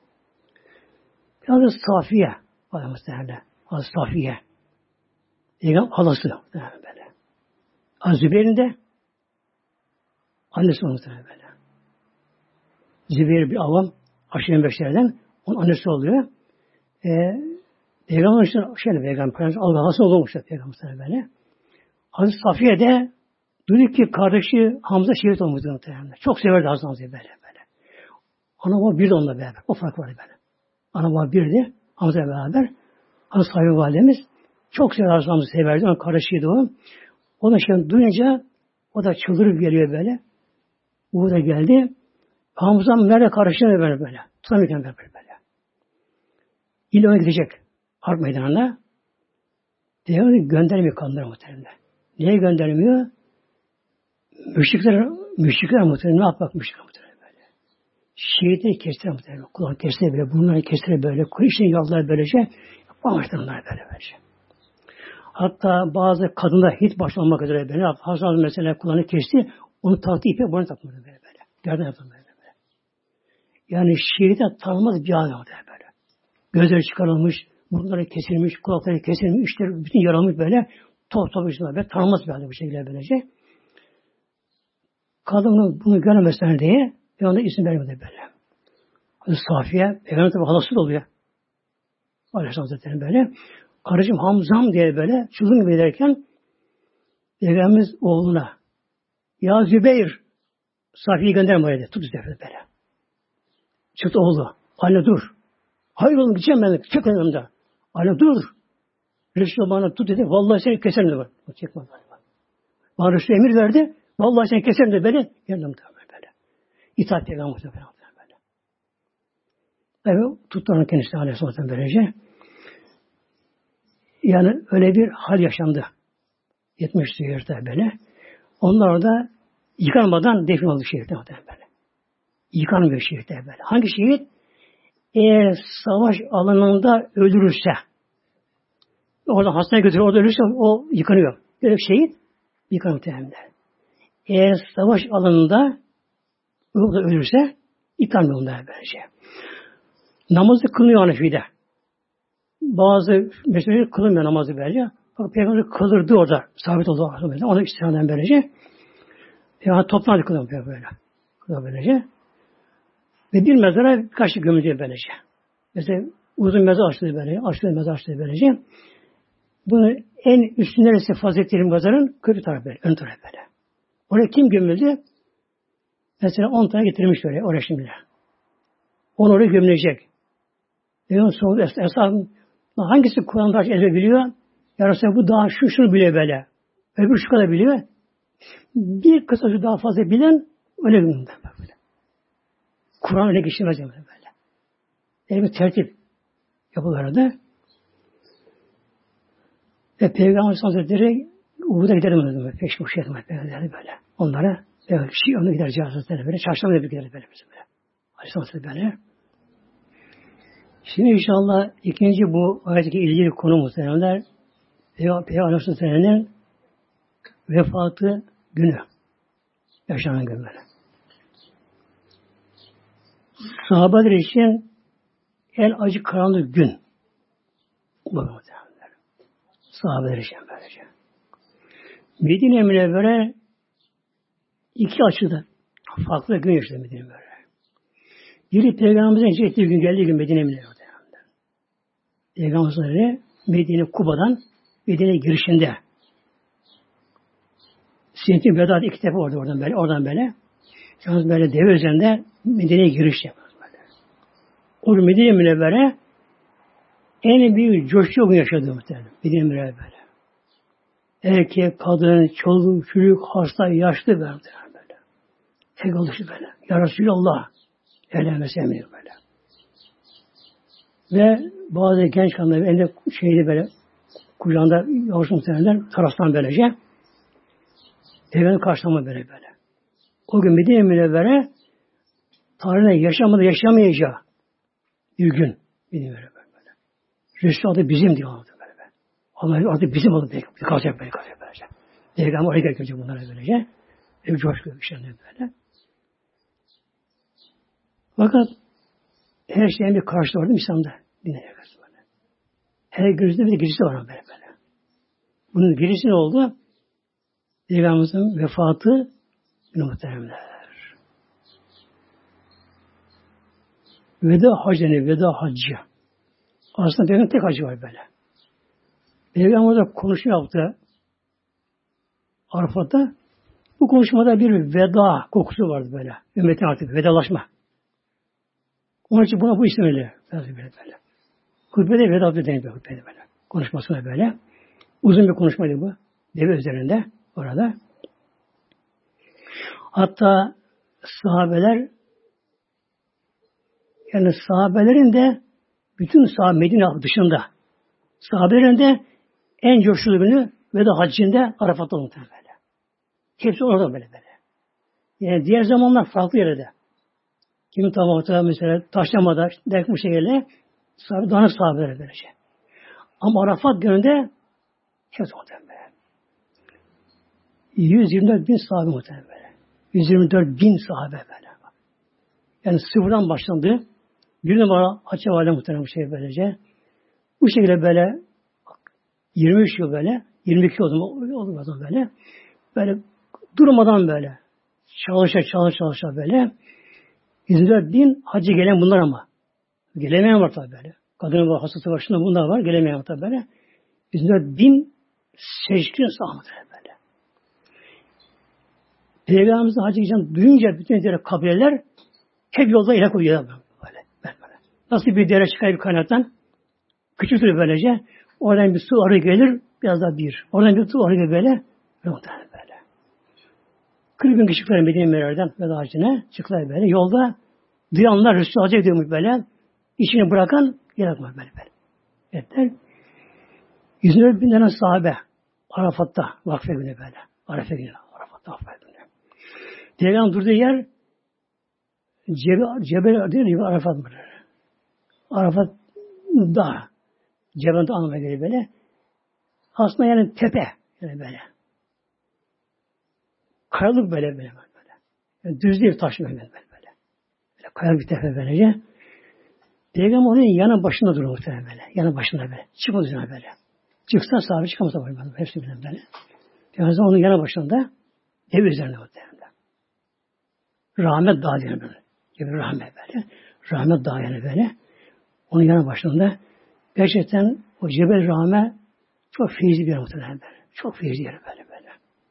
Biraz Safiye. O da muhtemelen. Az Safiye. Peygamber halası muhtemelen böyle. Az Zübeyir'in de annesi muhtemelen böyle. Zübeyir bir avam. Aşırı beşlerden. Onun annesi oluyor. Eee Peygamber işte şöyle peygamber Allah'ası olmuş da peygamber böyle. Hazreti Safiye de duydu ki kardeşi Hamza şehit olmuş muhtemelen. Çok severdi Hazreti Hamza'yı böyle böyle. Ana baba bir de onunla beraber. O fark vardı böyle. Ana baba birdi. Hamza'yla beraber. Hazreti Safiye validemiz çok severdi Hazreti Hamza'yı severdi. Onun kardeşiydi o. O da şimdi duyunca o da çıldırıp geliyor böyle. Bu da geldi. Hamzam nerede karışıyor böyle böyle. Tutamıyorken böyle böyle. İlle ona gidecek. Harp meydanına. Peygamber göndermiyor kanlara muhtemelen. Niye göndermiyor? Müşrikler, müşrikler muhtemelen ne yapmak müşrikler muhtemelen böyle. Şehitleri kestiler muhtemelen. Kulağını kestiler böyle, burnlarını kestiler böyle, kılıçla yaldılar böylece. Yapamamışlar onlar böyle böylece. Hatta bazı kadınlar hiç başta olmak üzere böyle. Hazreti mesela kulağını kesti, onu taktı ipe, bunu takmadı böyle böyle. Yerden yaptı böyle böyle. Yani şehite tanınmaz bir hal oldu böyle. Gözleri çıkarılmış, burunları kesilmiş, kulakları kesilmiş, içleri bütün yaralmış böyle. Top top içinde böyle. Tanınmaz bir halde bu şekilde böylece. Kadın bunu görmesinler diye bir anda isim vermedi böyle. Hazreti Safiye, Peygamber tabi halası da oluyor. Aleyhisselam Hazretleri böyle. Karıcığım Hamzam diye böyle çılgın gibi derken Peygamberimiz oğluna ya Zübeyir Safiye'yi gönderme oraya tut üstüne böyle. Çıktı oğlu. Anne dur. Hayır oğlum gideceğim ben. Çek önümde. Anne dur. Resulullah bana tut dedi. Vallahi seni keserim dedi. Çekme bana. Bana Resulullah emir verdi. Vallahi seni keserim dedi. Böyle. Yandım da böyle. İtaat Peygamber böyle. Evet. Tuttu onun kendisine Aleyhisselam böylece. Yani öyle bir hal yaşandı. Yetmişti yerde böyle. Onlar orada yıkanmadan defin oldu şehirde böyle. Yıkanmıyor şehirde böyle. Hangi şehit? Eğer savaş alanında ölürse, orada hastaneye götürüyor, orada ölürse o yıkanıyor. Böyle bir şehit yıkanıyor muhtemelen. Eğer savaş alanında orada ölürse yıkanmıyor onlar böylece. Namazı kılmıyor Hanefi'de. Bazı meseleleri kılınmıyor namazı böylece. Fakat Peygamber kılırdı orada. Sabit oldu. Ona istinaden böylece. Yani toplandı kılıyor böyle. Kılıyor böylece. Ve bir mezara birkaç gömülüyor böylece. Mesela uzun mezar açtı böyle. Açtı mezar açtı böylece. Bunun en üstün neresi faziletli mezarın? Kötü tarafı böyle. Ön tarafı böyle. Oraya kim gömüldü? Mesela on tane getirmiş böyle. Oraya şimdi. On oraya gömülecek. Ve onun sonra esas hangisi Kur'an'da ezber biliyor? Yarısı bu daha şu şunu biliyor böyle. Öbür şu kadar biliyor. Bir kısacı daha fazla bilen öyle bilmiyor böyle. Kur'an öyle geçirmez böyle. Öyle bir tertip yapılarında. Ve Peygamber Hazretleri Uhud'a gidelim dedi. Peş boş etmez böyle. Onlara böyle bir şey onu gider Hazretleri böyle. Çarşamba da bir gider böyle. böyle. Aleyhisselam Hazretleri böyle. Şimdi inşallah ikinci bu ayetteki ilgili konu muhtemelenler Peygamber Hazretleri'nin vefatı günü. Yaşanan gün böyle. Sahabeler için en acı karanlık gün. Bu muhtemelenler. Sahabeler için böylece. Medine Münevvere iki açıda farklı gün yaşadı Medine Münevvere. Biri Peygamberimizin hicret ettiği gün geldiği gün Medine Münevvere. Peygamberimiz Medine Kuba'dan Medine girişinde. Sinti Vedat iki tepe orada oradan böyle oradan böyle. Yalnız böyle deve üzerinde Medine'ye giriş yapıyor böyle. O Medine Münevvere en büyük coşku gün yaşadığı muhtemelen. Medine Münevvere böyle. Erkek, kadın, çoluk, çocuk, hasta, yaşlı böyle. böyle. Tek oluşu böyle. Ya Resulallah. Evlenmesi emir böyle. Ve bazı genç kadınlar elinde şeydi böyle kucağında yavrusu muhtemelen taraftan böylece Peygamber karşılama böyle böyle. O gün Medine Münevvere tarihine yaşamadı yaşamayacağı bir gün Medine Münevvere böyle. Resul adı bizim diyor böyle. Allah adı bizim adı böyle. Kalacak böyle kalacak böylece. Peygamber oraya gelecek bunlara böylece. Ve coşku bir şey böyle. Fakat her şeyin bir karşılığı vardı İslam'da. Dinleye karşı böyle. Her gözünde bir de girişi var böyle böyle. Bunun girişi ne oldu? Peygamberimizin vefatı muhteremler. Veda hacı ne? Veda hacı. Aslında Peygamber'in tek hacı var böyle. Peygamber de konuşma yaptı Arafat'ta. Bu konuşmada bir veda kokusu vardı böyle. Ümmetin artık vedalaşma. Onun için buna bu isim öyle. Böyle böyle. Hutbede veda dediğini böyle, böyle. Konuşmasına böyle. Uzun bir konuşmaydı bu. Deve üzerinde orada. Hatta sahabeler Yani sahabelerin de bütün sahabe Medine dışında sahabelerin de en coşkulu günü veda haccinde Arafat'ta muhtemelen böyle. Hepsi orada böyle böyle. Yani diğer zamanlar farklı yerde. Kimi tamamda mesela Taşlama'da derken bu şekilde sahabe, danış sahabeleri böylece. Ama Arafat gününde hepsi muhtemelen böyle. yüz yirmi dört bin sahabe muhtemelen böyle. yüz yirmi dört bin sahabe böyle. Yani sıfırdan başlandı. Bir numara Hacı Valide muhtemelen bu şey böylece. Bu şekilde böyle yirmi üç yıl böyle, yirmi iki oldu oldu böyle. Böyle durmadan böyle çalışa çalışa çalışa böyle yüz dört bin hacı gelen bunlar ama. Gelemeyen var tabi böyle. Kadının var, hastası var, şunda bunlar var. Gelemeyen var tabi böyle. yüz dört bin seçkin sahabe böyle. Peygamberimizin hacı gideceğini duyunca bütün diğer kabileler hep yolda ile koyuyorlar böyle. böyle. Nasıl bir dere çıkar bir kaynaktan küçültür böylece. Oradan bir su arı gelir, biraz daha bir. Oradan bir su arı gelir böyle. Böyle. kırk bin kişi çıktılar Medine Münevvere'den veda hacine. Çıktılar böyle. Yolda duyanlar Resulü Hacı ediyormuş böyle. İşini bırakan yer atmak böyle böyle. Evet. yüz dört bin tane sahabe Arafat'ta vakfe günü böyle. Arafa günü. Arafat'ta vakfe günü. Peygamber durduğu yer Cebel, Cebel değil mi? Arafat mı? Arafat dağ. Cebel'de anlamına geliyor böyle. Aslında yani tepe. Yani böyle. Kayalık böyle böyle. böyle. Yani düz değil taş böyle böyle. Böyle kayalık bir tepe böylece. Peygamber onun yanı başında duruyor muhtemelen böyle. Yanı başında böyle. Çıkmaz üzerine böyle. Çıksa sahibi çıkamasa böyle. Hepsi böyle böyle. Peygamber onun yanı başında ev üzerinde muhtemelen. Rahmet dağı yani böyle. Gibi rahmet böyle. Rahmet dağı yani böyle. Onun yanı başında gerçekten o Cebel Rahme çok feyizli bir yer muhtemelen böyle. Çok feyizli yer böyle böyle.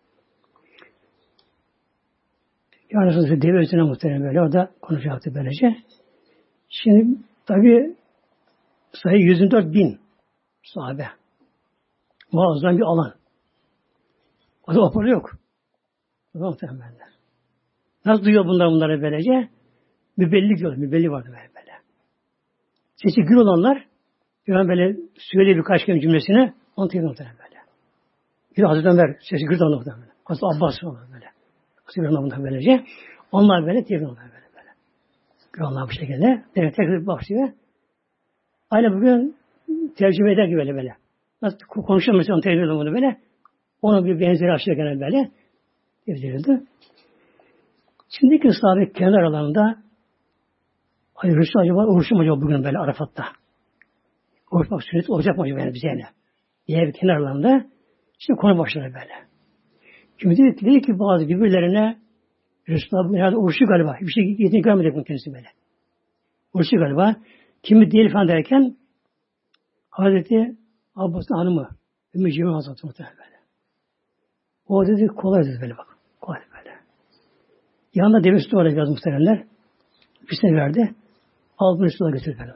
Yani sonra deve üzerine muhtemelen böyle. Orada konuşacaktı böylece. Şimdi tabi sayı yüz dört bin sahabe. Muazzam bir alan. O da opera yok. O da muhtemelen. Nasıl duyuyor bunlar bunları böylece? Mübelli diyor. Mübelli vardı böyle böyle. Sesi gür olanlar yani böyle söyleyip birkaç kere cümlesini anlatıyor muhtemelen böyle. Bir Hazreti Ömer sesi gür olanlar muhtemelen. Hazreti Abbas olanlar böyle. Hazreti Ömer muhtemelen böylece. Onlar böyle tevhid olanlar böyle böyle. Gür olanlar bu şekilde. Evet, tekrar başlıyor. Aynı bugün tercüme eder gibi böyle böyle. Nasıl konuşuyor mesela tevhid olanlar böyle. Ona bir benzeri aşağı gelen böyle. Tevhid. Şimdiki sahabe kenar alanında hayır Resul acaba oruç mu acaba bugün böyle Arafat'ta? Oruç bak sünnet olacak mı acaba yani bize yani? Diye bir kenar alanında şimdi konu başladı böyle. Şimdi dedi, dedi ki bazı birbirlerine Resulullah bugün herhalde oruçlu galiba. Bir şey yediğini görmedik mi kendisi böyle. Oruçlu galiba. Kimi değil falan derken Hazreti Abbas'ın hanımı Ümmü Cemil Hazretleri muhtemelen böyle. O dedi kolay dedi böyle bak. Kolay böyle. Yanında deve sütü var biraz muhtemelenler. Üstüne verdi. Aldı Resulullah götürdü böyle.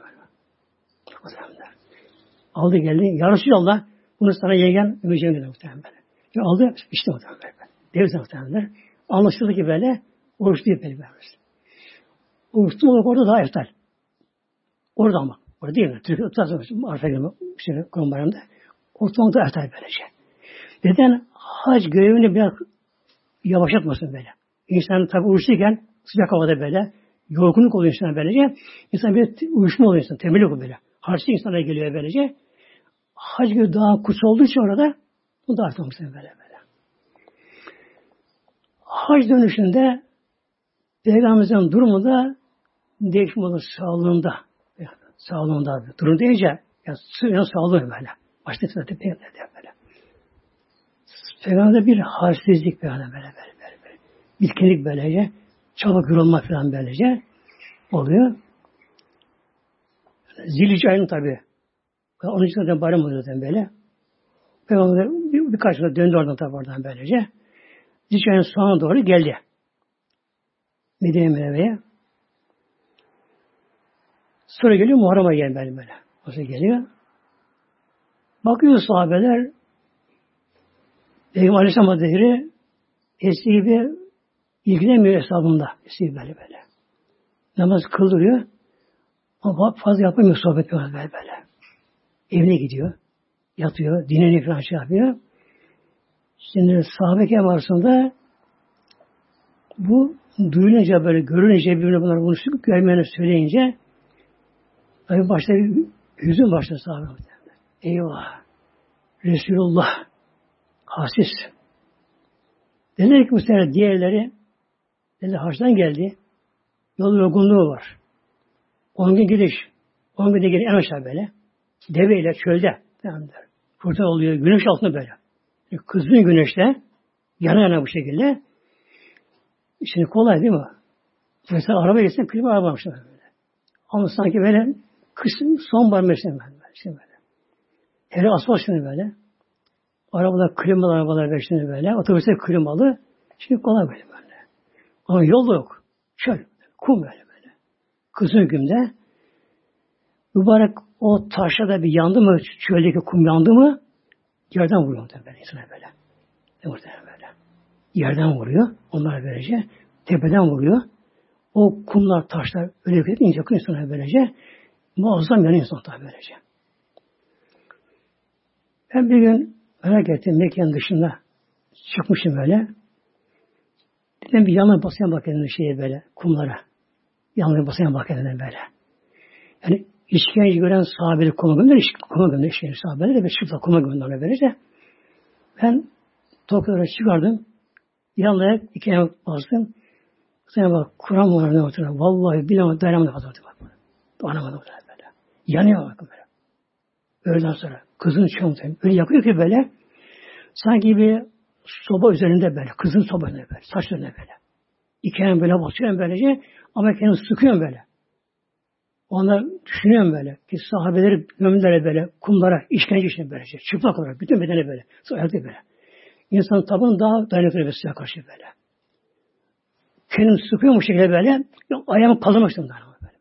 Aldı geldi. Ya Resulallah bunu sana yegen Ümmü Cemil dedi muhtemelen böyle. Ya aldı işte muhtemelen böyle. Deve sütü muhtemelenler. Anlaşıldı ki böyle oruç değil böyle. Oruçlu olarak orada daha eftal. Orada ama. Orada değil mi? Türkiye tutarsanız Arif'e gelme. İşte Kur'an bayramında. Ortalıkta eftal böylece. Neden? Hac görevini biraz yavaşlatmasın böyle. İnsan tabi oruçluyken sıcak havada böyle yorgunluk oluyor insana böylece. İnsan bir uyuşma oluyor insan. Temeli oluyor böyle. Harçlı insana geliyor böylece. Hac görevi daha kutsal olduğu için orada bu da artmamış böyle böyle. Hac dönüşünde Peygamberimizin durumu da değişim olur sağlığında. Sağlığında. Durum deyince ya, ya sağlığı böyle. Başta sırada Peygamber'de böyle. Peygamber'de bir halsizlik böyle böyle böyle. böyle, böyle. Bitkinlik böylece. Çabuk yorulma falan böylece oluyor. Zilhicce ayının tabi. Onun için zaten bayram oluyor zaten böyle. Peygamber bir, birkaç yıl döndü oradan tabi oradan böylece. Zilhicce ayının sonuna doğru geldi. Medine Münevvere'ye. Sonra geliyor Muharrem ayı yani böyle böyle. O sonra geliyor. Bakıyor sahabeler Peygamber Aleyhisselam Hazretleri eski gibi ilgilenmiyor hesabında. Eski böyle böyle. Namaz kıldırıyor. Ama fazla yapamıyor sohbet böyle böyle. Evine gidiyor. Yatıyor. Dinleniyor falan şey yapıyor. Şimdi sahabe kiram arasında bu duyulunca böyle görününce birbirine bunları konuştuk. Görmeyeni söyleyince tabi başta bir hüzün başladı sahabe. Eyvah! Resulullah hasis. Dediler ki bu sene diğerleri dedi haçtan geldi. Yol yorgunluğu var. On gün gidiş. On günde geliyor en aşağı böyle. Deveyle çölde. Tamamdır. Fırtına oluyor. Güneş altında böyle. Kızgın güneşte yana yana bu şekilde. Şimdi kolay değil mi? Mesela araba geçsen klima arabamamışlar böyle. Ama sanki böyle kısım sonbahar mesela böyle. Şimdi böyle. Hele asfalt şimdi böyle. Arabalar klimalı arabalar böyle şimdi böyle. Otobüsler klimalı. Şimdi kolay böyle böyle. Ama yol da yok. Çöl. Kum böyle böyle. Kızgın günde mübarek o taşla da bir yandı mı, çöldeki kum yandı mı, yerden vuruyor muhtemelen insana böyle. E muhtemelen böyle. Yerden vuruyor, onlara böylece, tepeden vuruyor. O kumlar, taşlar öyle yükledince yakın insana böylece, muazzam yanıyor insan tabi böylece. Ben bir gün merak ettim, Mekke'nin dışında çıkmışım böyle. Dedim bir yanına basaya bakayım şeye böyle, kumlara. Yanına basaya bakayım böyle. Yani İşkence gören sahabeleri kuma gönderir, kuma gönderir, işkence sahabeleri de bir çıplak kuma gönderir böylece. Ben Tokyo'da çıkardım, yanına iki yana bastım. Sonra bak, Kur'an var ne oturuyor. Vallahi bilemem, dayanamadım fazla bak. Dayanamadım böyle. Yanıyor bakın böyle. Öğleden sonra kızın çömtüğüm. Öyle yakıyor ki böyle. Sanki bir soba üzerinde böyle. Kızın soba üzerinde böyle. Saç üzerinde böyle. İki yana böyle basıyorum böylece. Ama kendimi sıkıyorum böyle. Onlar düşünüyorum böyle ki sahabeleri gömdüler böyle kumlara, işkence içine böylece. Çıplak olarak, bütün bedeni böyle. Ayakta böyle. İnsanın tabanı daha dayanıklı bir suya karşı böyle. Kendimi sıkıyorum bu şekilde böyle. Ayağımı kaldırmıştım böyle böyle.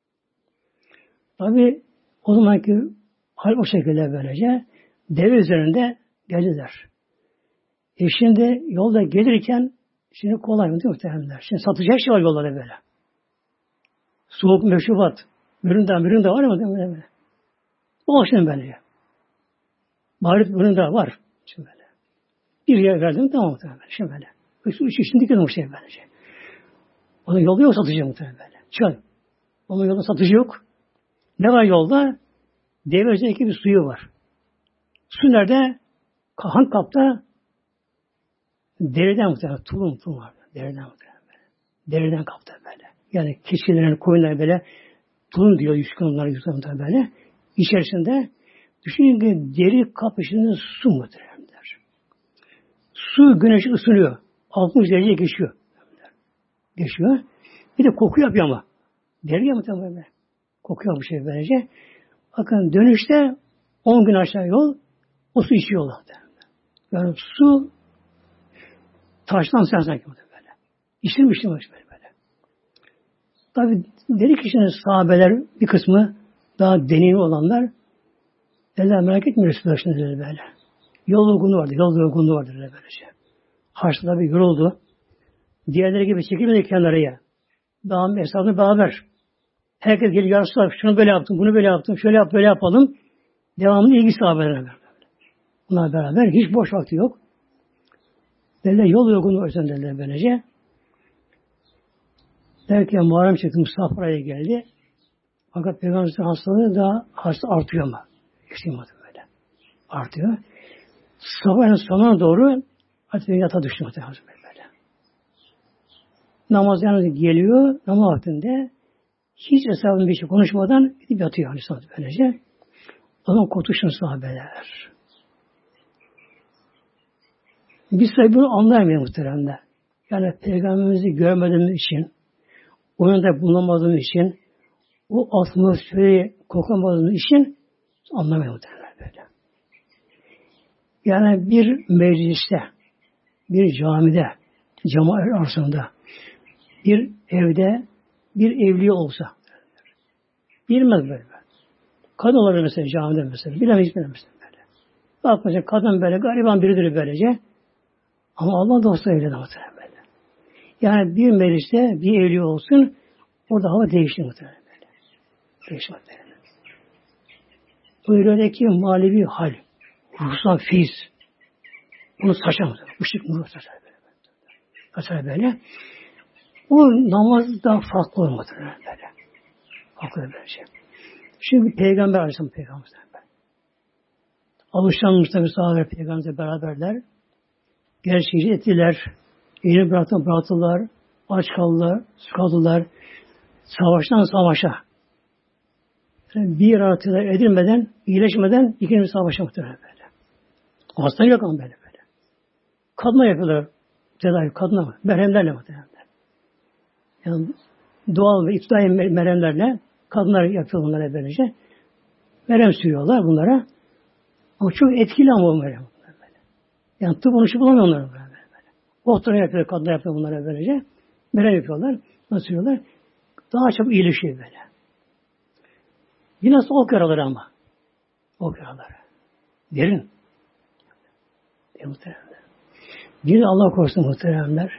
Tabii o zamanki hal o şekilde böylece deve üzerinde geldiler. E şimdi yolda gelirken şimdi kolay mı değil mi muhtemelen? Şimdi satacak şey var yolda da böyle. Soğuk meşrubat. Büründe, büründe var mı? Değil mi? Böyle. O şimdi böyle. Marif büründe var. Şimdi böyle. Bir yer verdim tamam muhtemelen. Şimdi böyle. Üç, üç işin dikkat olmuş şey böylece. Onun yolu yok satıcı muhtemelen böyle. Çöl. Onun yolda satıcı yok. Ne var yolda? Deve üzerindeki bir suyu var. Su nerede? Kahan kapta deriden muhtemelen. Tulum tulum var. Deriden muhtemelen böyle. Deriden kapta böyle. Yani keçilerin, koyunlar böyle tulum diyor, yüzken onlara yüzken böyle. İçerisinde düşünün ki deri kap içinde su muhtemelen der. Su güneşi ısınıyor. altmış derece geçiyor. Geçiyor. Bir de koku yapıyor ama. Deri ya muhtemelen böyle. Kokuyor bu şey böylece. Bakın dönüşte on gün aşağı yol o su içiyorlar. Yani su taştan sen sanki böyle. İçilmiştim böyle böyle. Tabi deri kişinin sahabeler bir kısmı daha deneyimli olanlar dediler merak etmiyor Resulullah dedi böyle. Yol yorgunluğu vardı. Yol yorgunluğu vardı böylece. Haçta tabi yoruldu. Diğerleri gibi çekilmedi kenarıya. Daha hesabını beraber. Herkes geliyor yarışlar. Şunu böyle yaptım, bunu böyle yaptım, şöyle yap, böyle yapalım. Devamlı ilgi sahabelerine beraber. Bunlar beraber. Hiç boş vakti yok. Dediler yol yorgunluğu özden dediler böylece. Derken Muharrem çıktı, Mustafa'ya geldi. Fakat Peygamberimizin hastalığı daha hasta artıyor ama. Geçtiğim adı böyle. Artıyor. Sabahın sonuna doğru artık yatağa düştü muhtemelen böyle. Namaz yalnız geliyor. Namaz vaktinde hiç hesabını bir şey konuşmadan gidip yatıyor Aleyhisselatü böylece. Onun kurtuluşunu sahabeler. Biz tabi bunu anlayamayız muhtemelen. Yani Peygamberimizi görmediğimiz için, onun da bulunamadığımız için, o atmosferi koklamadığımız için anlamayız muhtemelen böyle. Yani bir mecliste, bir camide, cemaat arasında, bir evde, bir evli olsa, bilmez böyle. Kadın olabilir mesela camide mesela, bilemeyiz bilemeyiz böyle. Bak mesela kadın böyle, gariban biridir böylece, ama Allah dostu evli de muhtemelen böyle. Yani bir mecliste bir evli olsun, orada hava değişir muhtemelen böyle. Değişmez. Öyleki manevi hal, ruhsal feyiz. Bunu saçar. Işık nuru saçar böyle. Saçar böyle. O namaz daha farklı olmadı böyle. Farklı böyle şey. Şimdi Peygamber Aleyhisselam Peygamber. Alışanmışlar sahabeler Peygamberle beraberler. Gerçeği ettiler. Yeni bıraktılar, bıraktılar. Aç kaldılar, su kaldılar. Savaştan savaşa. Yani bir artılar edilmeden, iyileşmeden ikinci savaşa muhtemelen böyle. Hasta yok ama böyle böyle. Kadına yapıyorlar. Tedavi kadına mı? Merhemlerle muhtemelen. Yani doğal ve iptidai merhemlerle kadınlar yapıyor bunlara böylece. Merhem sürüyorlar bunlara. Ama çok etkili ama bu merhem. Yani tıp onu şu bulamıyor onları böyle. Doktora yapıyor, kadınlar yapıyor bunlara böylece. Merhem yapıyorlar. Nasıl sürüyorlar? Daha çabuk iyileşiyor böyle. Yine ok yaraları ama. Ok yaraları. Derin. Derin muhteremler. Bir Allah korusun muhteremler.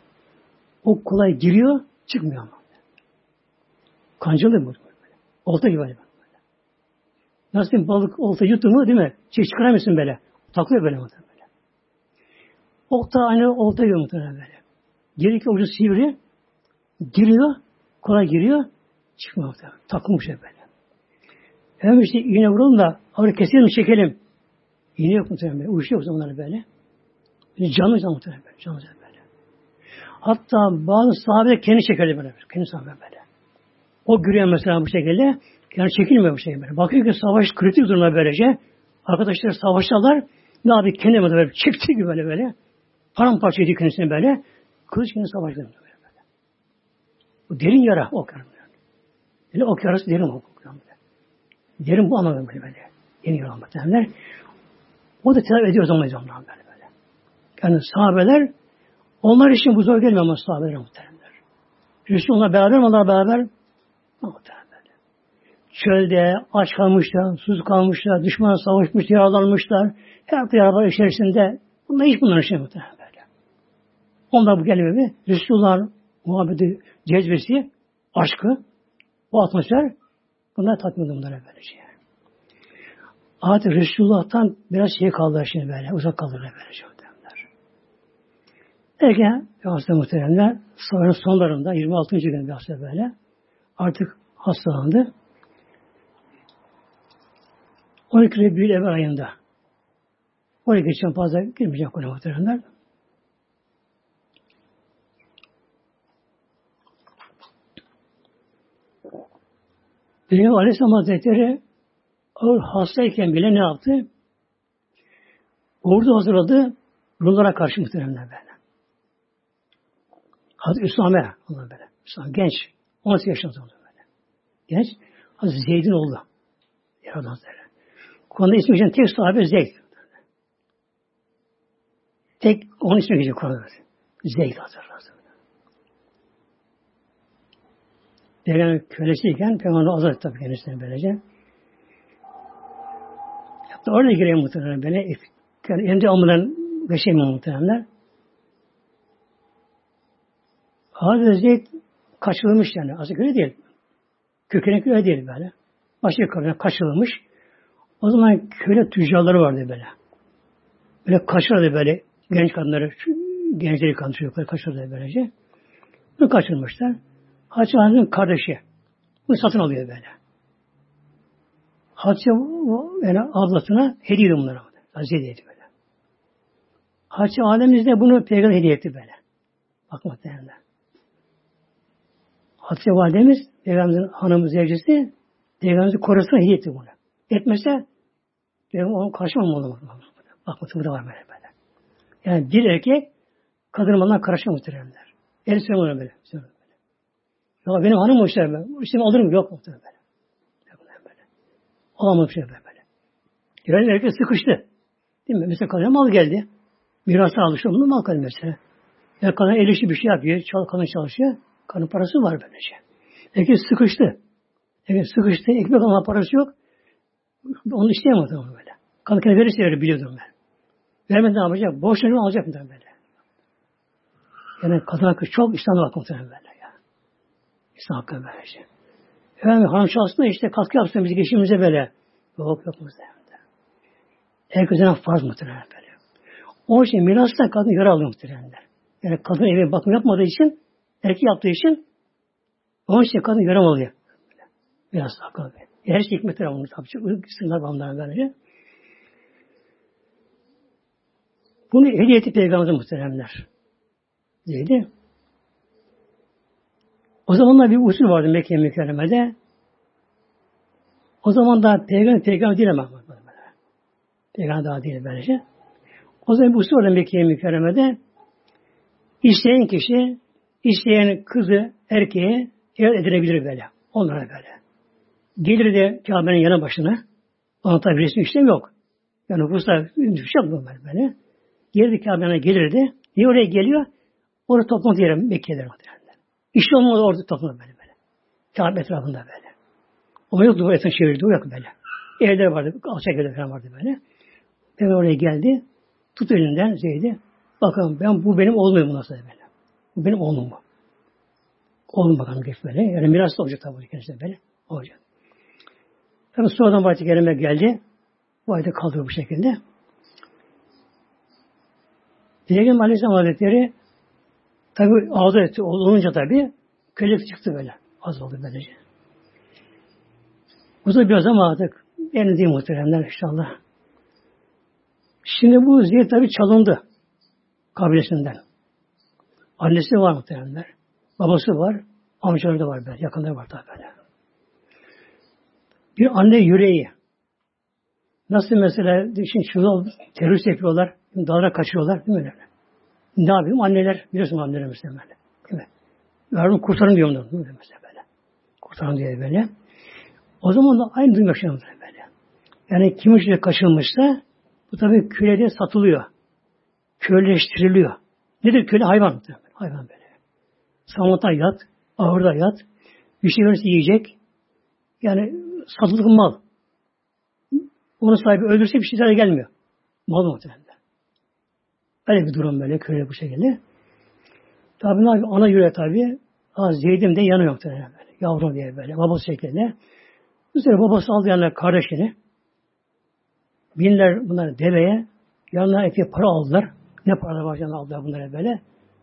Ok kolay giriyor, çıkmıyor ama. Kancılı bu. Olta gibi böyle. Nasıl bir balık olta yuttu mu değil mi? Çek çıkaramıyorsun böyle. Takılıyor böyle muhterem böyle. Ok da aynı olta gibi muhterem böyle. Gereki ucu sivri. Giriyor, kolay giriyor, çıkmıyor muhterem. Takılmış böyle. Hem işte iğne vuralım da orayı keselim, çekelim. İğne yok muhtemelen böyle. Uyuşuyor o zamanlar böyle. Canlı canlı muhtemelen böyle. Canlı canlı böyle. Hatta bazı sahabeler kendi çekerdi böyle. Kendi sahabe böyle. O giriyor mesela bu şekilde. Yani çekilmiyor bu şekilde böyle. Bakıyor ki savaş kritik durumda böylece. Arkadaşlar savaştalar. Ne abi kendi böyle çekti gibi böyle böyle. Paramparça ediyor kendisini böyle. Kılıç kendi savaşta böyle böyle. Bu derin yara ok yara. Yani ok yarası derin ok. Derin bu anlamda böyle böyle. Yeni yara muhtemelenler. O da tedavi ediyor o zaman böyle böyle. Yani sahabeler onlar için bu zor gelmiyor ama sahabeler muhtemelenler. Resulullah beraber mi? Onlar beraber muhtemelen. Çölde aç kalmışlar, susuz kalmışlar, düşmana savaşmış, yaralanmışlar. Her bir yaralar içerisinde. Bunlar hiç bunların şey muhtemelen böyle. Onlar bu gelmiyor mi? Resulullah muhabbeti, cezbesi, aşkı, o atmosfer bunlar tatmin ediyor bunlara böylece. Artık Resulullah'tan biraz şey kaldılar şimdi böyle, uzak kaldılar böylece muhtemelenler. Derken hasta muhtemelenler sonra sonlarında yirmi altıncı gün bir hasta böyle artık hastalandı. on iki Rebiyül Evvel ayında. Oraya geçen fazla girmeyecek ona muhtemelenler. Peygamber Aleyhisselam Hazretleri ağır hastayken bile ne yaptı? Ordu hazırladı Rumlara karşı muhteremler böyle. Hazreti Üsame onlar böyle. Üsame genç. on sekiz yaşında oldu böyle. Genç. Hazreti Zeyd'in oğlu. Yaradan Hazretleri. Kur'an'da ismi geçen tek sahabe Zeyd. Tek onun ismi geçiyor Kur'an'da. Zeyd Hazretleri. Peygamber kölesiyken Peygamber azat tabii kendisine böylece. Hatta orada gireyim muhtemelen böyle. Yani emri almadan beşeyim muhtemelenler. Hazreti Zeyd kaçırılmış yani. Aslında öyle değil. Kökenek öyle değil böyle. Başka kadına kaçırılmış. O zaman köle tüccarları vardı böyle. Böyle kaçırdı böyle genç kadınları, gençleri kadın çocukları kaçırdı böylece. Bunu kaçırmışlar. Hatice Hanım'ın kardeşi. Bunu satın alıyor böyle. Hatice yani ablasına hediye ediyor bunlara. Hediye etti böyle. Hatice Alemiz de bunu Peygamber hediye etti böyle. Bakma derler. Hatice Validemiz, Peygamberimizin hanımı zevcesi, Peygamberimizin korusuna hediye etti bunu. Etmezse Peygamber onun karşılamamalı. Bakma bu da var böyle böyle. Yani bir erkek kadın malına karışma muhteremler. El sürem ona böyle. Ya benim hanım o işte ben. İşte alırım yok muhtemelen böyle. böyle. Olamaz bir şey böyle. böyle. Yani erkek sıkıştı. Değil mi? Mesela kadına mal geldi. Mirası alıştı. Onu mal kadın mesela. Ya kadın el işi bir şey yapıyor. Çal, kadın çalışıyor. Kadın parası var böylece. Erkek sıkıştı. Erkek sıkıştı. Ekmek alma parası yok. Onu isteyemedi ama böyle. Kadın kendine verirse verir biliyordum ben. Vermeden ne yapacak? Borçlarını alacak mı böyle. Yani kadın hakkı çok İslam'a bak muhtemelen böyle. İnsan hakkı böylece. Efendim hanım şahsına işte katkı yapsın biz geçimimize böyle. Yok yok muhtemelen. Herkesten farz muhtemelen böyle. Onun için mirastan kadın yer alıyor muhtemelen. Yani kadın eve bakım yapmadığı için, erkek yaptığı için onun için kadın yer alıyor. Biraz daha kalıyor. Her şey hikmetler var. Tabii sınırlar var bunların böylece. Bunu hediye etti Peygamberimiz muhteremler. Dedi. O zamanlar bir usul vardı Mekke mükerremede. O zaman da peygamber peygamber değil ama. Peygamber daha değil böylece. O zaman bir usul vardı Mekke mükerremede. İsteyen kişi, isteyen kızı, erkeğe evlat edinebilir böyle. Onlara böyle. Gelir de Kabe'nin yanı başına. Ona tabi resmi işlem yok. Yani nüfusta nüfus yok mu böyle. Gelir de Kabe'nin gelirdi. Niye oraya geliyor? Orada toplantı yeri Mekke'de muhtemelen. İşte onun orada toplantı böyle böyle. Kabe etrafında böyle. Ama yoktu bu etrafını çevirdi. O yok böyle. Evler vardı. Alçak evler falan vardı böyle. Ve oraya geldi. Tut elinden Zeyd'i. Bakalım ben bu benim oğlum mu nasıl böyle. Bu benim oğlum mu? Oğlum bakalım geç böyle. Yani miras da olacak tabii kendisine böyle. Olacak. Tabii sonradan vakti gelime geldi. Bu ayda kaldı bu şekilde. Peygamber Aleyhisselam Hazretleri tabii ağzı etti olunca tabii kölelik çıktı böyle. Az oldu böylece. Uzun biraz ama artık en değil muhteremler inşallah. Şimdi bu Zeyd tabii çalındı kabilesinden. Annesi var muhteremler. Babası var. Amcaları da var böyle. Yakınları var tabii böyle. Bir anne yüreği. Nasıl mesela şimdi şurada terörist yapıyorlar. Dağlara kaçıyorlar. Değil mi? Ne yapayım? Anneler, biliyorsun anneler mesela böyle. Değil mi? Yavrum kurtarın diyor onları. Değil mi? Mesela böyle. Kurtarın diye böyle. O zaman da aynı durum yaşanıyor böyle. Yani kim için kaçılmışsa bu tabii kölede satılıyor. Köleleştiriliyor. Nedir köle? Hayvan. Hayvan böyle. Samanlıkta yat, ahırda yat. Bir şey verirse yiyecek. Yani satılık mal. Onun sahibi öldürse bir şey zarar gelmiyor. Mal muhtemelen. Öyle bir durum böyle, köle bu şekilde. Tabi ne ana yüreği tabi. Zeyd'im de yanıyor muhtemelen böyle. Yavrum diye böyle. Babası şekilde. Bu sefer babası aldı yanına kardeşini. Binler bunlar deveye. Yanına epey para aldılar. Ne paralar var yanına aldılar bunlara böyle.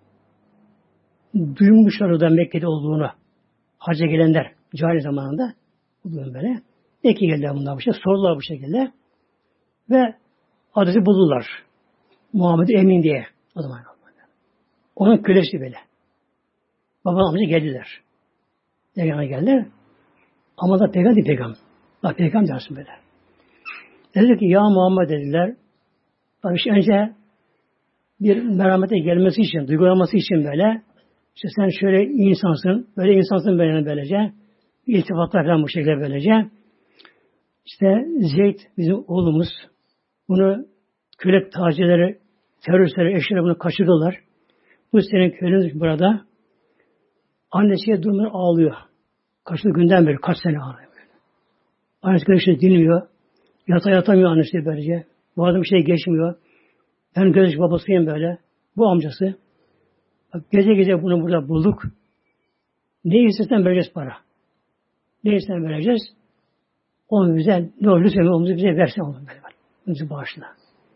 Duymuşlar orada Mekke'de olduğunu. Hacca gelenler cahil zamanında. Bu durum böyle. Mekke geldiler bunlar bu şekilde. Sordular bu şekilde. Ve adresi buldular. Muhammed Emin diye. O zaman. Onun kölesi böyle. Baba amca geldiler. Peygamber'e geldiler. Ama da peygamber değil peygamber. Bak peygamber dersin böyle. Dediler ki ya Muhammed dediler. Tabii işte önce bir merhamete gelmesi için, duygulanması için böyle işte sen şöyle insansın, böyle insansın böyle böylece. İltifatlar falan bu şekilde böylece. İşte Zeyd bizim oğlumuz. Bunu köle tacirleri, teröristleri, eşleri bunu kaçırdılar. Bu senin köleniz burada. Annesiye durmadan ağlıyor. Kaçlı günden beri, kaç sene ağlıyor. Annesi kardeşini dinliyor. Yata yatamıyor annesi böylece. Bazen bir şey geçmiyor. Ben gözü babasıyım böyle. Bu amcası. Bak, gece gece bunu burada bulduk. Ne istersen vereceğiz para. Ne istersen vereceğiz. Onu bize, ne olur lütfen onu bize versin onu böyle. Bizi bağışla.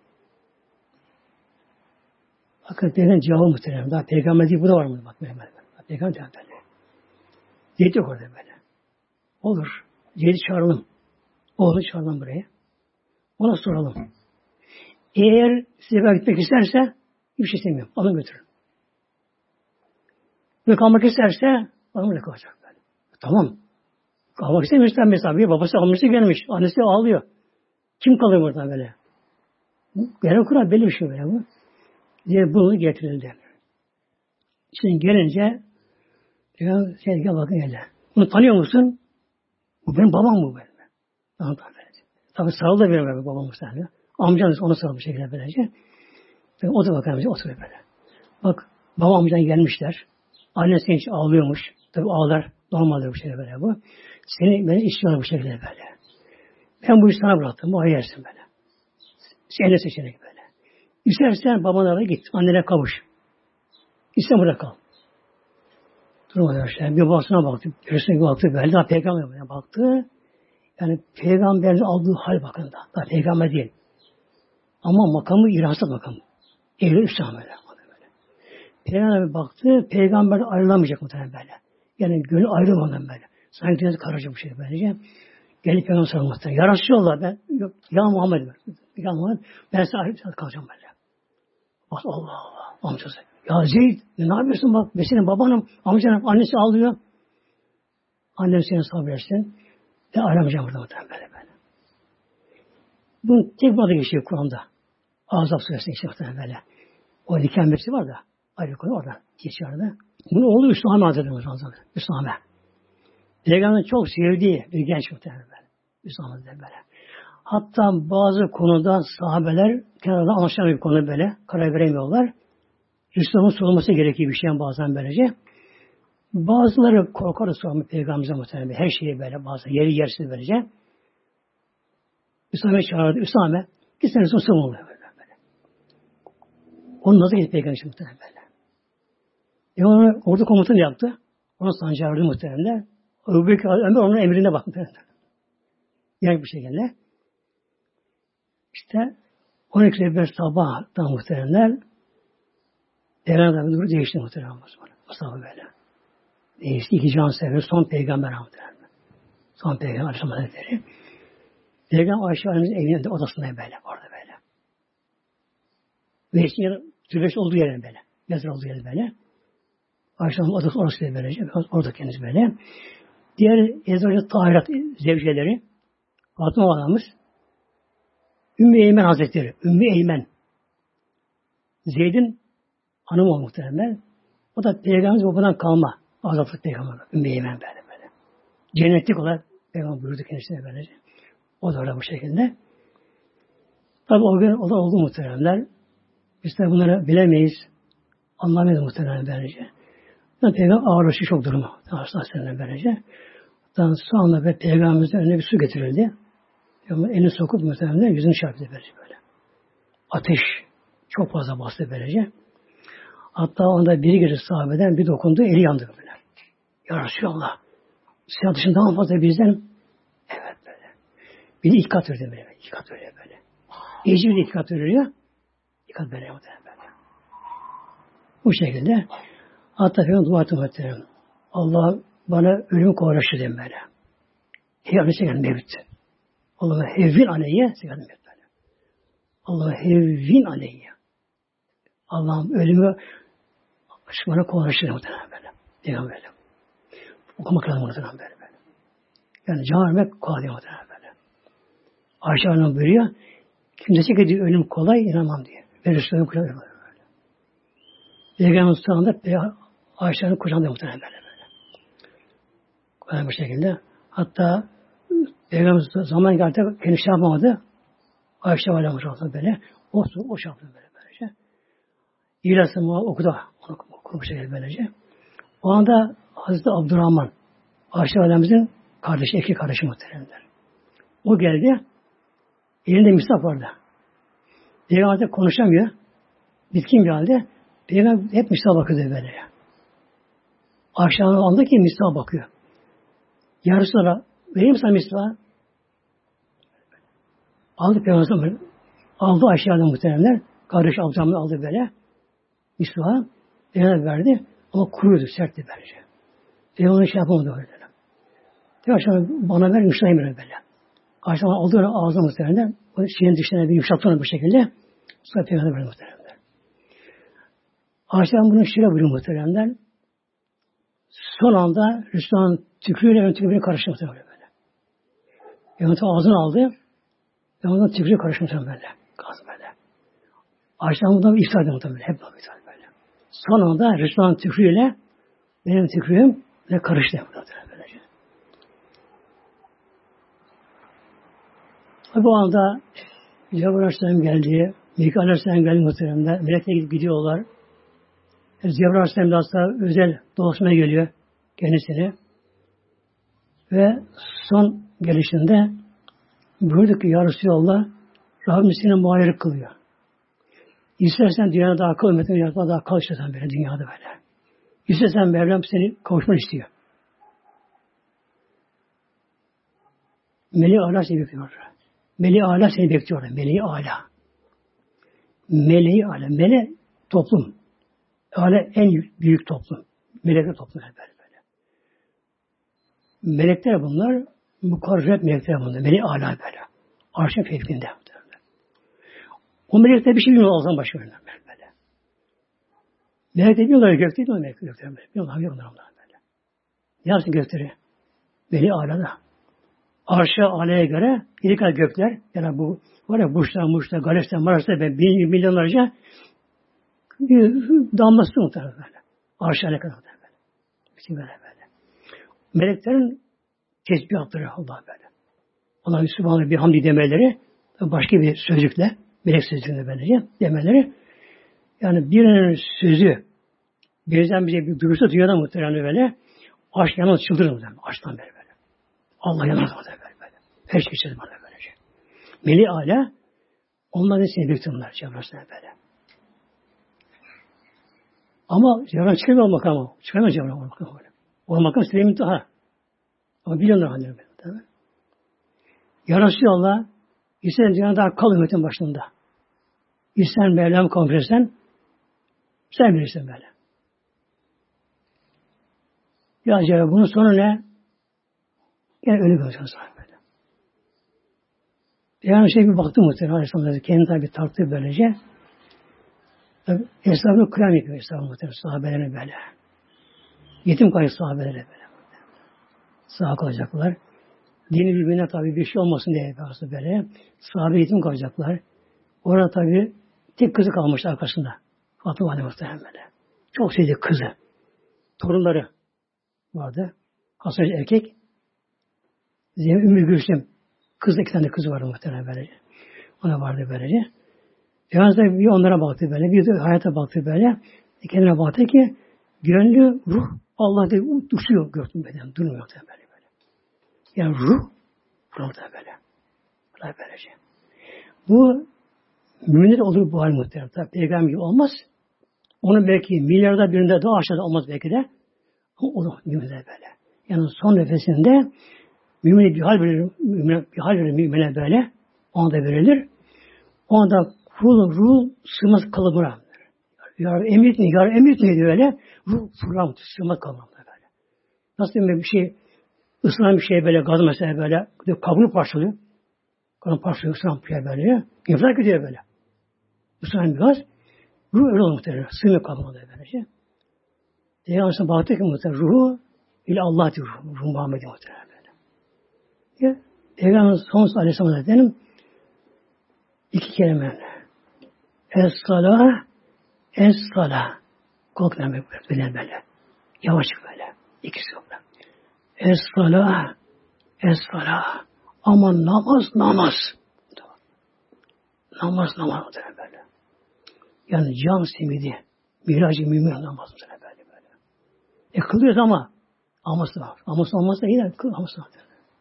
Hakikaten cevabı muhtemelen. Daha peygamber değil, bu da var mı? Bak böyle böyle. Peygamber değil böyle. Zeyd yok orada böyle. Olur. Zeyd'i çağıralım. Oğlu çağıralım buraya. Ona soralım. Eğer size ben gitmek isterse hiçbir şey istemiyorum. Alın götürün. Ve kalmak isterse alın kalacak böyle. Tamam. Kalmak istemiyorsan mesela bir babası almışsa gelmiş. Annesi ağlıyor. Kim kalır burada böyle? Genel kural belli bir şey böyle bu. Diye bunu getirildi. Şimdi gelince ya şey gel bakın hele. Bunu tanıyor musun? Bu benim babam mı böyle? Tamam tamam. Tabii sarıldı benim böyle babam muhtemelen. Amcanız onu sarılmış şekilde böylece. Ve o da bakalım oturuyor böyle. Bak babam amcan gelmişler. Annesi hiç ağlıyormuş. Tabii ağlar normaldir bu şekilde böyle bu. Seni beni istiyorlar bu şekilde böyle. Ben bu işi sana bıraktım. Bu ayı yersin böyle. Seninle seçenek böyle. İstersen babanlara git. Annene kavuş. İstersen burada kal. Durmadan işte. Bir babasına baktı. Birisine bir baktı. Böyle daha peygamberine baktı. Yani peygamberin aldığı hal bakın da. Daha peygamber değil. Ama makamı irasat makamı. Ehl-i İslam böyle. Peygamber baktı. Peygamber ayrılamayacak muhtemelen böyle. Yani gönül ayrılmadan böyle. Sanki deniz karacak bir şey böylece. Gelip Peygamber sallallahu aleyhi ve sellem. Ya Resulallah ben. Yok, ya Muhammed. Ya Muhammed. Ben size ayrı kalacağım böyle. Bak Allah Allah. Amcası. Ya Zeyd ne yapıyorsun bak. Ben senin babanım, amcanım, annesi ağlıyor. Annem seni sabretsin. Ben aramayacağım burada muhtemelen böyle böyle. Bunun tek bir adı geçiyor Kur'an'da. Azap suresinde işte muhtemelen böyle. O nikah meclisi var da. Ayrı konu orada. Geçiyor orada. Bunun oğlu Üslame Hazretleri Hazretleri. Üslame. Peygamber'in çok sevdiği bir genç muhtemelen böyle. Üslame Hazretleri böyle. Hatta bazı konuda sahabeler kenarda anlaşılan bir konu böyle. Karar veremiyorlar. Üslam'ın sorulması gerekiyor bir şeyin bazen böylece. Bazıları korkar sormak Peygamber'e muhtemelen. Her şeyi böyle bazen yeri yersiz böylece. Üslame çağırdı. Üslame bir sene sonra sorun oluyor böyle. böyle. Onu nasıl gitti Peygamber'e muhtemelen böyle. E onu orada komutan yaptı. Onu sancardı muhtemelen. Ebu Bekir Ömer onun emrine baktı. Yani bir şekilde. İşte on iki Ebu sabahtan muhteremler Peygamber durumu değişti muhterem. Mustafa böyle. Değişti. İki can sever. Son peygamber muhterem. Son peygamber Aleyhisselam Hazretleri. Peygamber Ayşe Validemizin evinin odasında böyle. Orada böyle. Ve işte türbeş olduğu yerine böyle. Yazır olduğu yerine böyle. Ayşe Validemizin odası orası böylece. Orada kendisi böyle. Diğer Ezra-i Tahirat zevceleri Fatıma Validemiz Ümmü Eymen Hazretleri. Ümmü Eymen. Zeyd'in hanımı o muhtemelen. O da Peygamberimiz babadan kalma. Azatlık Peygamber. Ümmü Eymen böyle böyle. Cennetlik olarak Peygamber buyurdu kendisine böylece. O da öyle bu şekilde. Tabi o gün o da oldu muhteremler. Biz de bunları bilemeyiz. Anlamayız muhteremler böylece. Yani Peygamber ağırlışı çok durumu. Aslında böylece. Daha sonra ve Peygamberimizin önüne bir su getirildi. Ama elini sokup muhtemelen yüzünü çarptı böylece böyle. Ateş çok fazla bastı böylece. Hatta onda biri girdi sahabeden bir dokundu, eli yandı böyle. Ya Resulallah, sen atışın daha fazla bizden. Evet böyle. Bir de iki kat veriyor böyle. İki kat veriyor böyle. İyice bir de iki kat veriyor. İki kat veriyor böyle. Bu şekilde. Hatta ben dua ettim muhtemelen. Allah bana ölümü kovalaştı dedim böyle. Heyabine çeken mevcut. Allah'a hevvin aleyye çeken mevcut böyle. Allah'a hevvin aleyye. Allah'ım ölümü bana kovalaştı muhtemelen böyle. Diyelim böyle. Okumak lazım muhtemelen böyle böyle. Yani can vermek kolay muhtemelen böyle. Ayşe Hanım buyuruyor. Kim dese ki diyor, ölüm kolay inanmam diye. Ve Resulü'nün kucağında böyle. Peygamber Sultan'da Ayşe Hanım kucağında muhtemelen böyle böyle. Böyle bir şekilde. Hatta Peygamber zaman geldi kendi şey yapamadı. Ayşe Validemiz böyle. O, o şey yaptı böyle böylece. İlasını okudu. Onu okudu bu şekilde böylece. O anda Hazreti Abdurrahman Ayşe Validemizin kardeşi, iki kardeşi muhteremler. O geldi. Elinde misaf vardı. Peygamber konuşamıyor. Bitkin bir halde. Peygamber hep misaf bakıyordu böyle. Ayşe Hanım anladı ki misaf bakıyor. Yarı sonra vereyim sana misafı. Aldı Peygamber. Aldı Ayşe Hanım muhteremler. Kardeş Abdurrahman aldı böyle. Misafı. Peygamber verdi. Ama kuruydu, sertti böylece. Peygamber şey yapamadı öyle. Peygamber bana ver, yumuşayayım böyle. Ayşe Hanım aldı ağzına muhteremler. O şeyin dışına bir yumuşattı bu şekilde. Sonra Peygamber verdi muhteremler. Ayşe Hanım bunu şöyle buyuruyor muhteremler. Son anda Resulullah'ın tükrüğüyle ön tükrüğüyle karıştı muhteremler böyle. Peygamber ağzını aldı. Peygamber tükrüğüyle karıştı muhteremler böyle. Gaz böyle. Ayşe Hanım bundan bir iftar ediyor muhteremler. Hep bu iftar böyle. Son anda Resulullah'ın tükrüğüyle benim tükrüğüm ve karıştı muhteremler böylece. Bu anda Cebrail Aleyhisselam geldi. Mikail Aleyhisselam geldi muhteremler. Melekler gidip gidiyorlar. Cebrail Aleyhisselam da aslında özel dolaşmaya geliyor kendisini. Ve son gelişinde buyurdu ki Ya Resulallah Rabbim seni muayyer kılıyor. İstersen dünyada daha kal, ümmetine dünyada daha kal işte böyle dünyada böyle. İstersen Mevlam seni kavuşmanı istiyor. Meleği Ala seni bekliyor. Meleği Ala seni bekliyor. Meleği Ala. Meleği Ala. Mele toplum. Ala en büyük toplum. Melekler toplum. Böyle böyle. Melekler bunlar mukarreb melekler bunlar. Meleği Ala böyle. Arşın fevkinde. O melekler bir şey bilmiyor Allah'tan başka böyle. böyle. Melekler biliyorlar gökte değil mi? Melekler gökte böyle. Biliyorlar, biliyorlar onlar böyle. Yansın gökleri. Meleği Ala'da. Arşa aleye göre yedi kat gökler, yani bu var ya burçlar, murçlar, galaksiler, maraslar ve bin, milyonlarca bir damlası muhtemelen böyle. Arşa aleye kadar böyle. Bütün böyle böyle. Meleklerin tesbihatları Allah böyle. Allah'ın Sübhanallah bir hamdi demeleri, başka bir sözcükle, melek sözcüğüne böylece demeleri, yani birinin sözü, birden bize bir duyursa dünyada muhtemelen böyle, aşk yalnız çıldırır muhtemelen, aşktan beri böyle. Allah yalnız muhtemelen böyle böyle. Her şey içeriz bana böylece. Meli Ala, onların seni bekliyorlar çevresine böyle. Ama Cevran çıkamıyor makamı. Çıkamıyor Cevran makamı böyle. O makam Süleyman daha. Ama biliyorlar halleri böyle. Tabii. Ya Resulallah, İster Cevran daha kal ümmetin başında. İster Mevlam konferansen, sen bilirsin böyle. Ya Cevran bunun sonu ne? Yani ölü göreceğiz sana böyle. Yani şey bir baktı muhtemelen Aleyhisselam kendini tabi tarttı böylece. Tabi hesabını kıyam yapıyor hesabını muhtemelen sahabelerine böyle. Yetim kayıp sahabelerine böyle. Sağ kalacaklar. Dini birbirine tabi bir şey olmasın diye yapıyorsa böyle. Sahabe yetim kalacaklar. Orada tabi tek kızı kalmıştı arkasında. Fatıma Valide muhtemelen böyle. Çok sevdiği kızı. Torunları vardı. Hasan erkek. Zeynep Ümmü Gülsüm. Kız da iki tane kızı vardı muhtemelen böylece. Ona vardı böylece. Yalnız da bir onlara baktı böyle. Bir de hayata baktı böyle. Kendine baktı ki gönlü ruh Allah diye uçuyor gördüm beden. Durmuyor da böyle böyle. Yani ruh burada böyle. Burada böylece. Bu müminler olur bu hal muhtemelen. Tabi peygamber gibi olmaz. Onun belki milyarda birinde daha aşağıda olmaz belki de. Ama olur müminler böyle. Yani son nefesinde mümine bir hal verir, mümine bir hal verir mümine böyle. Ona da verilir. Ona da ruh, ruh sığmaz kalıbına. Ya emir mi? Ya emir mi diyor öyle? Ruh fırlam, sığmaz kalıbına böyle. Nasıl diyeyim bir şey, ısınan bir şey böyle, gaz mesela böyle, kabuğunu parçalıyor. Kabuğunu parçalıyor, ısınan bir şey böyle. İnfilak ediyor böyle. Isınan bir gaz. Ruh öyle olur muhtemelen. Sığmıyor kabuğuna böylece. Peygamber'e baktı ki muhtemelen ruhu ile Allah diyor. Ruh Muhammed'i muhtemelen böyle. Ya, Peygamber sonsuz aleyhisselam Hazretleri'nin iki kelime. Es-salah, es-salah. Korkmayan böyle böyle. Yavaş böyle. İkisi yok. Es-salah, es-salah. Ama namaz, namaz. Namaz, namaz böyle. Yani can simidi. Miracı mümin namaz böyle böyle. E kılıyoruz ama aması var. Aması olmazsa yine kıl aması var.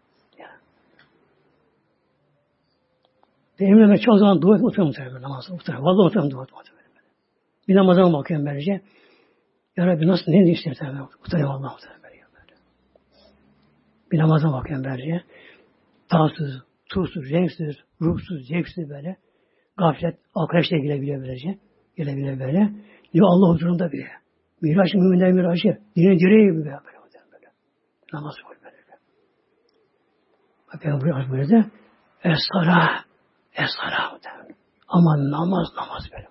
Benim de çoğu zaman dua oturuyorum muhtemelen namazda. Vallahi oturuyorum dua oturuyorum. Bir namaza bakıyorum böylece. Ya Rabbi nasıl, ne istersen ben oturuyorum vallahi oturuyorum böyle. Bir namaza bakıyorum böylece. Tavsız, tuzsuz, renksiz, ruhsuz, zevksiz böyle. Gaflet, arkadaşlar gelebiliyor böylece. Gelebiliyor böyle. Diyor Allah huzurunda bile. Miraç, müminler miracı. Dinin direği gibi böyle. böyle. Namaz koy böyle. Bakıyorum buraya böyle de. Es-salah. Es-salah. Ama namaz, namaz böyle.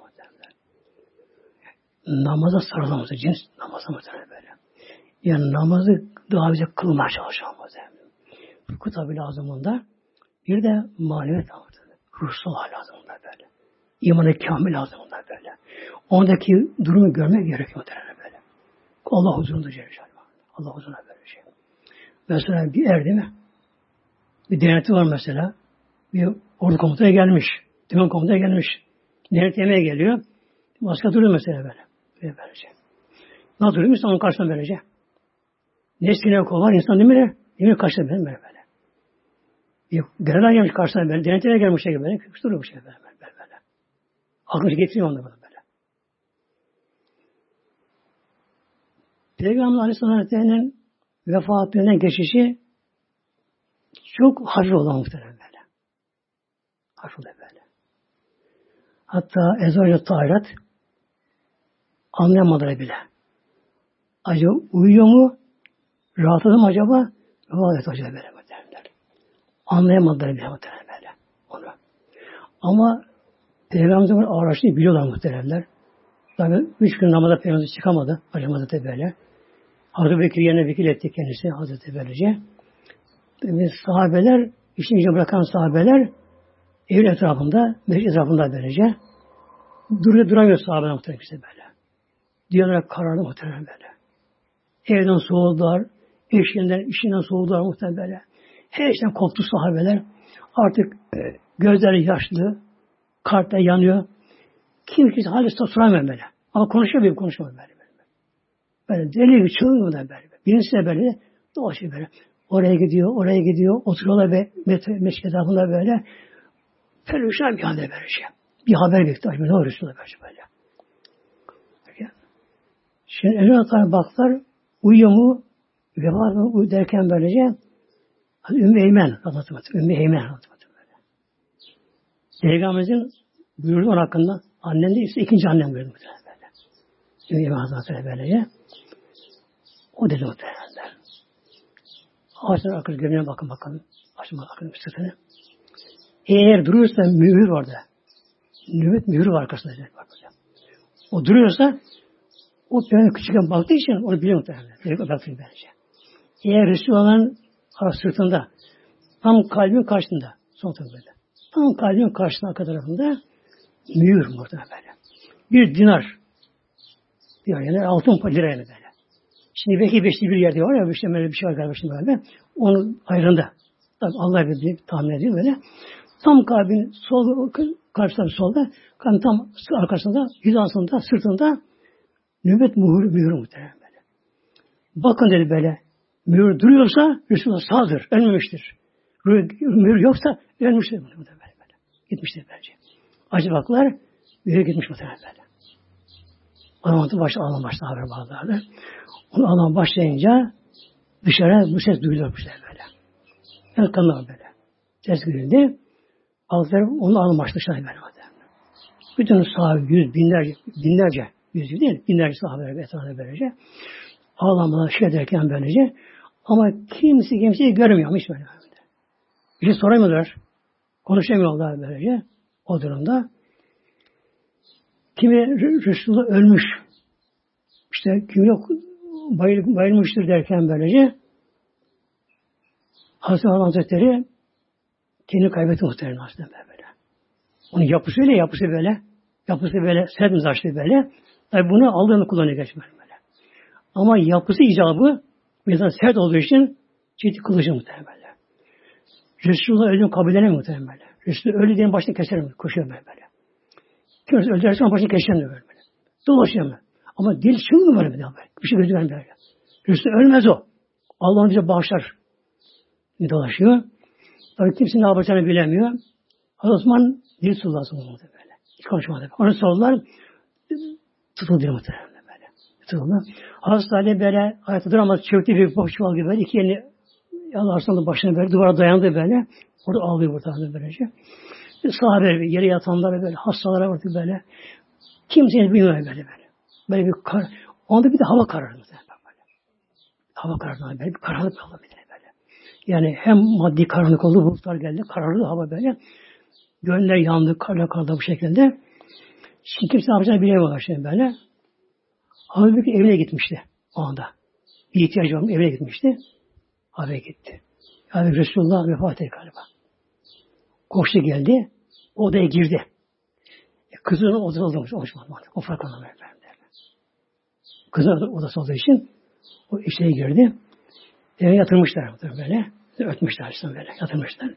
Namaza sarılamaz. Cins namaza muhtemelen böyle. Yani namazı daha bize kılmaya çalışalım muhtemelen. Ruku tabi lazımında. Bir de maneviyat lazımında. Ruhsal hal lazımında böyle. İmanı kamil lazımında böyle. Ondaki durumu görmek gerekiyor muhtemelen böyle. Allah huzurunda Celle Celaluhu. Allah huzurunda böyle şey. Mesela bir er değil mi? Bir deneti var mesela. Bir ordu komutaya gelmiş. Tümen komutaya gelmiş. Denetlemeye geliyor. Başka duruyor mesela böyle. Böyle böylece. Nasıl duruyor? İnsan onun karşısına böylece. Nesline kovar insan değil mi? Değil mi? Karşısına böyle böyle. Bir görevler gelmiş karşısına böyle. Denetlemeye gelmiş şey böyle. Küçük duruyor bir şey böyle böyle. böyle. Aklınızı getiriyor onda böyle. Peygamber Aleyhisselam Hazretleri'nin vefatından geçişi çok hafif olan muhtemelen böyle. Hafif olan böyle. Hatta Ezra-i Tahirat anlayamadılar bile. Acaba uyuyor mu? Rahatladı mı acaba? Vallahi acaba böyle muhtemelen. Anlayamadılar bile muhtemelen böyle. Onu. Ama Peygamber'in araştırdığı biliyorlar muhteremler. Tabi üç gün namazda Peygamber çıkamadı. Acaba Hazreti böyle. Hazreti Bekir yerine vekil etti kendisi Hazreti böylece. Tabi sahabeler, işin gücünü bırakan sahabeler evin etrafında, mescid etrafında böylece. Duruyor, duramıyor sahabeler muhterem işte böyle. Diyorlar kararlı muhterem böyle. Evden soğudular, eşinden, işinden soğudular muhterem böyle. Her şeyden koptu sahabeler. Artık gözleri yaşlı, kalpler yanıyor. Kim kimse hali soramıyor böyle. Ama konuşuyor bir konuşmuyor böyle. Böyle, böyle deli gibi çığırıyor da böyle. Birincisi de böyle dolaşıyor böyle. Oraya gidiyor, oraya gidiyor. Oturuyorlar ve meşk etrafında böyle. Perişan bir halde böyle şey. Bir haber bekliyor. Ne oluyor böyle böyle. Şimdi Ebu Atay'a baktılar. Uyuyor mu? Vefat mı? Uyu derken böylece Ümmü Eymen anlatmadı. Ümmü Eymen anlatmadı böyle. Peygamberimizin buyurdu onun hakkında. Annem de ise ikinci annem buyurdu böyle. Ümmü Eymen Hazretleri böylece. O dedi muhtemelen. Ağaçların arkası gömleğine bakın bakalım. Açma bakın sırtını. Eğer duruyorsa mühür orada. Nübet mühürü var arkasında. O duruyorsa o ben küçükken baktığı için onu biliyor muhtemelen. Direkt baktım bence. Eğer Resulullah'ın sırtında tam kalbin karşısında son tarafında böyle. Tam kalbin karşısında arka tarafında mühür muhtemelen böyle. Bir dinar diyor yani altın lira yani böyle. Şimdi belki beşli bir yerde var ya işte böyle bir şey var galiba şimdi böyle. Onun ayrında. Tabii Allah bilir tahmin ediyor böyle. Tam kalbin sol karşısında solda kalbin tam arkasında hizasında sırtında nöbet mühür, mühür muhtemelen böyle. Bakın dedi böyle. Mühür duruyorsa Resulullah sağdır, ölmemiştir. Mühür yoksa ölmüştür muhtemelen böyle. Gitmiştir bence. Acı baklar, mühür gitmiş muhtemelen böyle. O zaman da başta ağlam başta haber bağlardı. Onu ağlam başlayınca dışarı bu ses duyuluyormuş böyle. Yani kanlar böyle. Ses duyuldu. Altıları onu ağlam başta dışarı böyle. Bütün sahabe yüz binlerce, binlerce yüz değil, binlerce sahabe etrafında böylece. Ağlamadan şey ederken böylece. Ama kimse kimseyi görmüyormuş böyle. Bir şey soramıyorlar. Konuşamıyorlar böylece. O durumda. Kimi Resulullah ölmüş. İşte kimi yok bayıl, bayılmıştır derken böylece. Hazreti Allah Hazretleri kendini kaybetti muhtemelen aslında böyle. Onun yapısı öyle, yapısı böyle. Yapısı böyle, sert mizaçlı böyle. Tabi bunu aldığını kullanıyor geçmez böyle. Ama yapısı icabı mesela sert olduğu için ciddi kılıcı muhtemelen böyle. Resulullah öldüğünü kabul edemiyor muhtemelen böyle. Resulullah öldü diyenin başını keserim, koşuyor böyle böyle. Kimse öldürürse başını keserim böyle böyle. Dolaşıyor mu? Ama dil çığlığı böyle böyle. Bir şey gözü vermiyor böyle. Resulullah ölmez o. Allah bize bağışlar. Bir dolaşıyor. Tabii kimse ne yapacağını bilemiyor. Hazreti Osman dil tutuldu böyle. Hiç konuşmadı. Onu sordular. Tutuldu muhtemelen böyle. Tutuldu. Hazreti Ali böyle ayakta duramaz. Çöktü bir boş çuval gibi böyle. İki elini Allah Arslan'ın başına böyle duvara dayandı böyle. Orada ağlıyor burada böylece. Sahabe yere yatanlara böyle hastalara vardı böyle. Kimseyi bilmiyor böyle böyle. Böyle bir kar. Onda bir de hava karardı böyle. Hava karardı böyle. Bir karanlık kaldı böyle. Yani hem maddi karanlık oldu, bulutlar geldi, kararlı hava böyle. Gönüller yandı, karla kaldı bu şekilde. Şimdi kimse ne yapacağını bilemiyorlar şimdi böyle. Halbuki evine gitmişti o anda. Bir ihtiyacı varmış, evine gitmişti. Eve gitti. Yani Resulullah vefat etti galiba. Koştu geldi, odaya girdi. E, kızının odası olmuş, olmuş. O fark anlamıyor. Kızının odası olduğu için o içeri girdi. Eve yatırmışlar böyle. Örtmüşler aslında böyle. Yatırmışlar.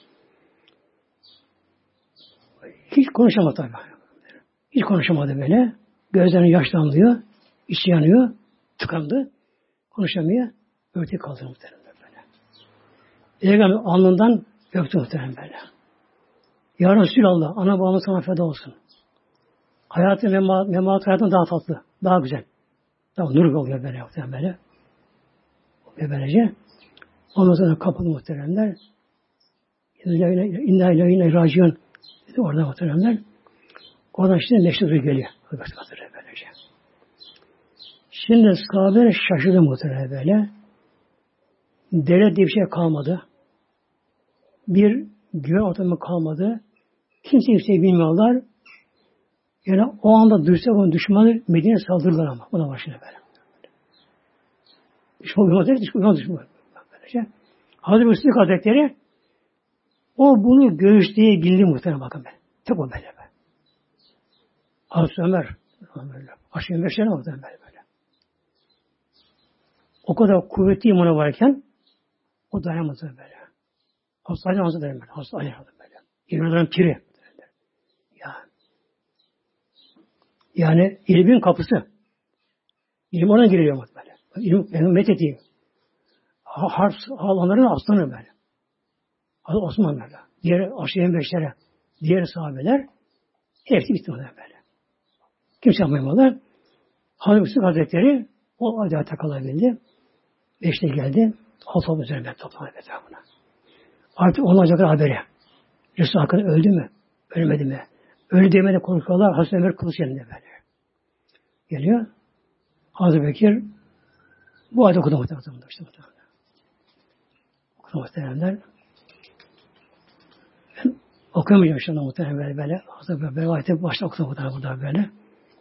Hiç konuşamadı tabii. Hiç konuşamadı böyle. Gözlerini yaşlanıyor. İçi yanıyor. Tıkandı. Konuşamıyor. Örtü kaldı muhtemelen böyle. Peygamber alnından öptü muhtemelen böyle. Ya Resulallah, ana babamın sana feda olsun. Hayatı memat, memat hayatın daha tatlı. Daha güzel. Tamam, nur oluyor böyle muhtemelen böyle. Oluyor böylece. Ondan sonra kapalı muhteremler. İnna ilahe raciun. Orada muhteremler. Oradan şimdi meşhur geliyor. Böylece. Şimdi sahabeler şaşırdı muhtemelen böyle. Devlet diye bir şey kalmadı. Bir güven ortamı kalmadı. Kimse kimseyi bilmiyorlar. Yani o anda duysa onun düşmanı Medine'ye saldırırlar ama. Buna başına böyle. Düşman uymaz değil, düşman düşman. Böylece. Hazreti Müslim Hazretleri o bunu göğüsleye bildi muhtemelen bakın be. Tek o böyle be. Hazreti Ömer aşırı Ömer muhtemelen böyle böyle. O kadar kuvvetli imanı varken o dayanamadı böyle. Hazreti Ali Hazretleri böyle. Hazreti Ali Hazretleri böyle. İbn-i piri. Ya. Yani ilmin kapısı. İlim ona giriyor muhtemelen. İlim, benim methedeyim. Harp alanların aslanı böyle. Hazreti Osman böyle. Diğer aşırı beşlere, diğer sahabeler hepsi bitti böyle. Kimse yapmıyorlar. Hazreti Müslim Hazretleri o adeta kalabildi. Beşte geldi. Altı üzerine toplanadı etrafına. Artık onun olacakları haberi. Resul Hakkı'nda öldü mü? Ölmedi mi? Ölü demede korkuyorlar. Hazreti Ömer kılıç elinde böyle. Geliyor. Hazreti Bekir bu ayet okudu muhtemelen. İşte muhtemelen. Okudu muhtemelenler. Ben okuyamayacağım inşallah muhtemelen böyle böyle. Hazreti Bekir ayeti başta okudu muhtemelen burada böyle.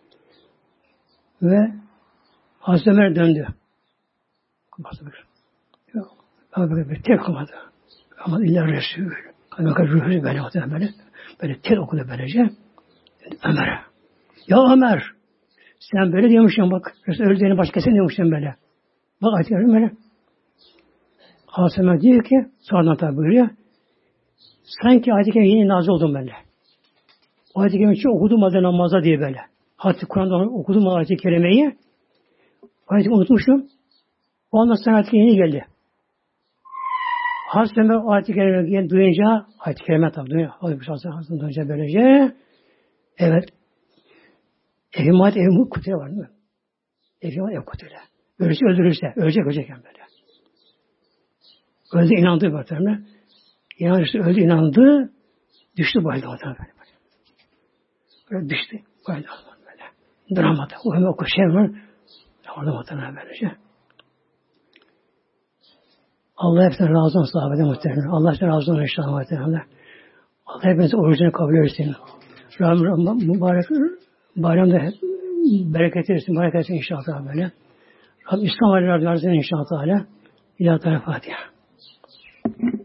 Ve Hazreti Ömer döndü. Hazreti Bekir. Yok. Hazreti Bekir tek okumadı. Ama illa Resul. Hazreti Bekir ruhu böyle muhtemelen böyle. Böyle tek okudu böylece. Ömer'e. Ya Ömer! Sen böyle diyormuşsun bak. Resul öldüğünü başkasına diyormuşsun böyle. Bak ayet görüyorum böyle. Hazreti Ömer diyor ki, sonradan tabi buyuruyor. Sanki ayet-i kerime yeni nazı oldum böyle. O ayet-i kerime için okudum azı namaza diye böyle. Hatta Kur'an'da okudum ayet-i kerimeyi. Ayet-i unutmuşum. O anda sana ayet-i yeni geldi. Hazreti Ömer o ayet-i kerimeyi duyunca, ayet-i kerime tabi duyunca, Hazreti duyunca böylece, evet, evim ayet evim kutuyla var değil mi? Evim ayet ev kutuyla. Ölürse öldürürse, ölecek ölecekken böyle. Öldü inandı muhtemelen. İnanırsa öldü inandı, düştü bayıldı muhtemelen böyle. Böyle düştü, bayıldı böyle. Dramada, o hemen oku şey var, orada muhtemelen böylece. Allah hepsine razı olsun sahabede muhtemelen. Allah hepsine razı olsun inşallah muhtemelen. Allah hepinize orucunu kabul etsin. Rabbim mübarek bayramda bereket etsin, bereket etsin inşallah böyle. Rabbim İslam aleyhi ve sellem inşallah. İlahi Teala Fatiha.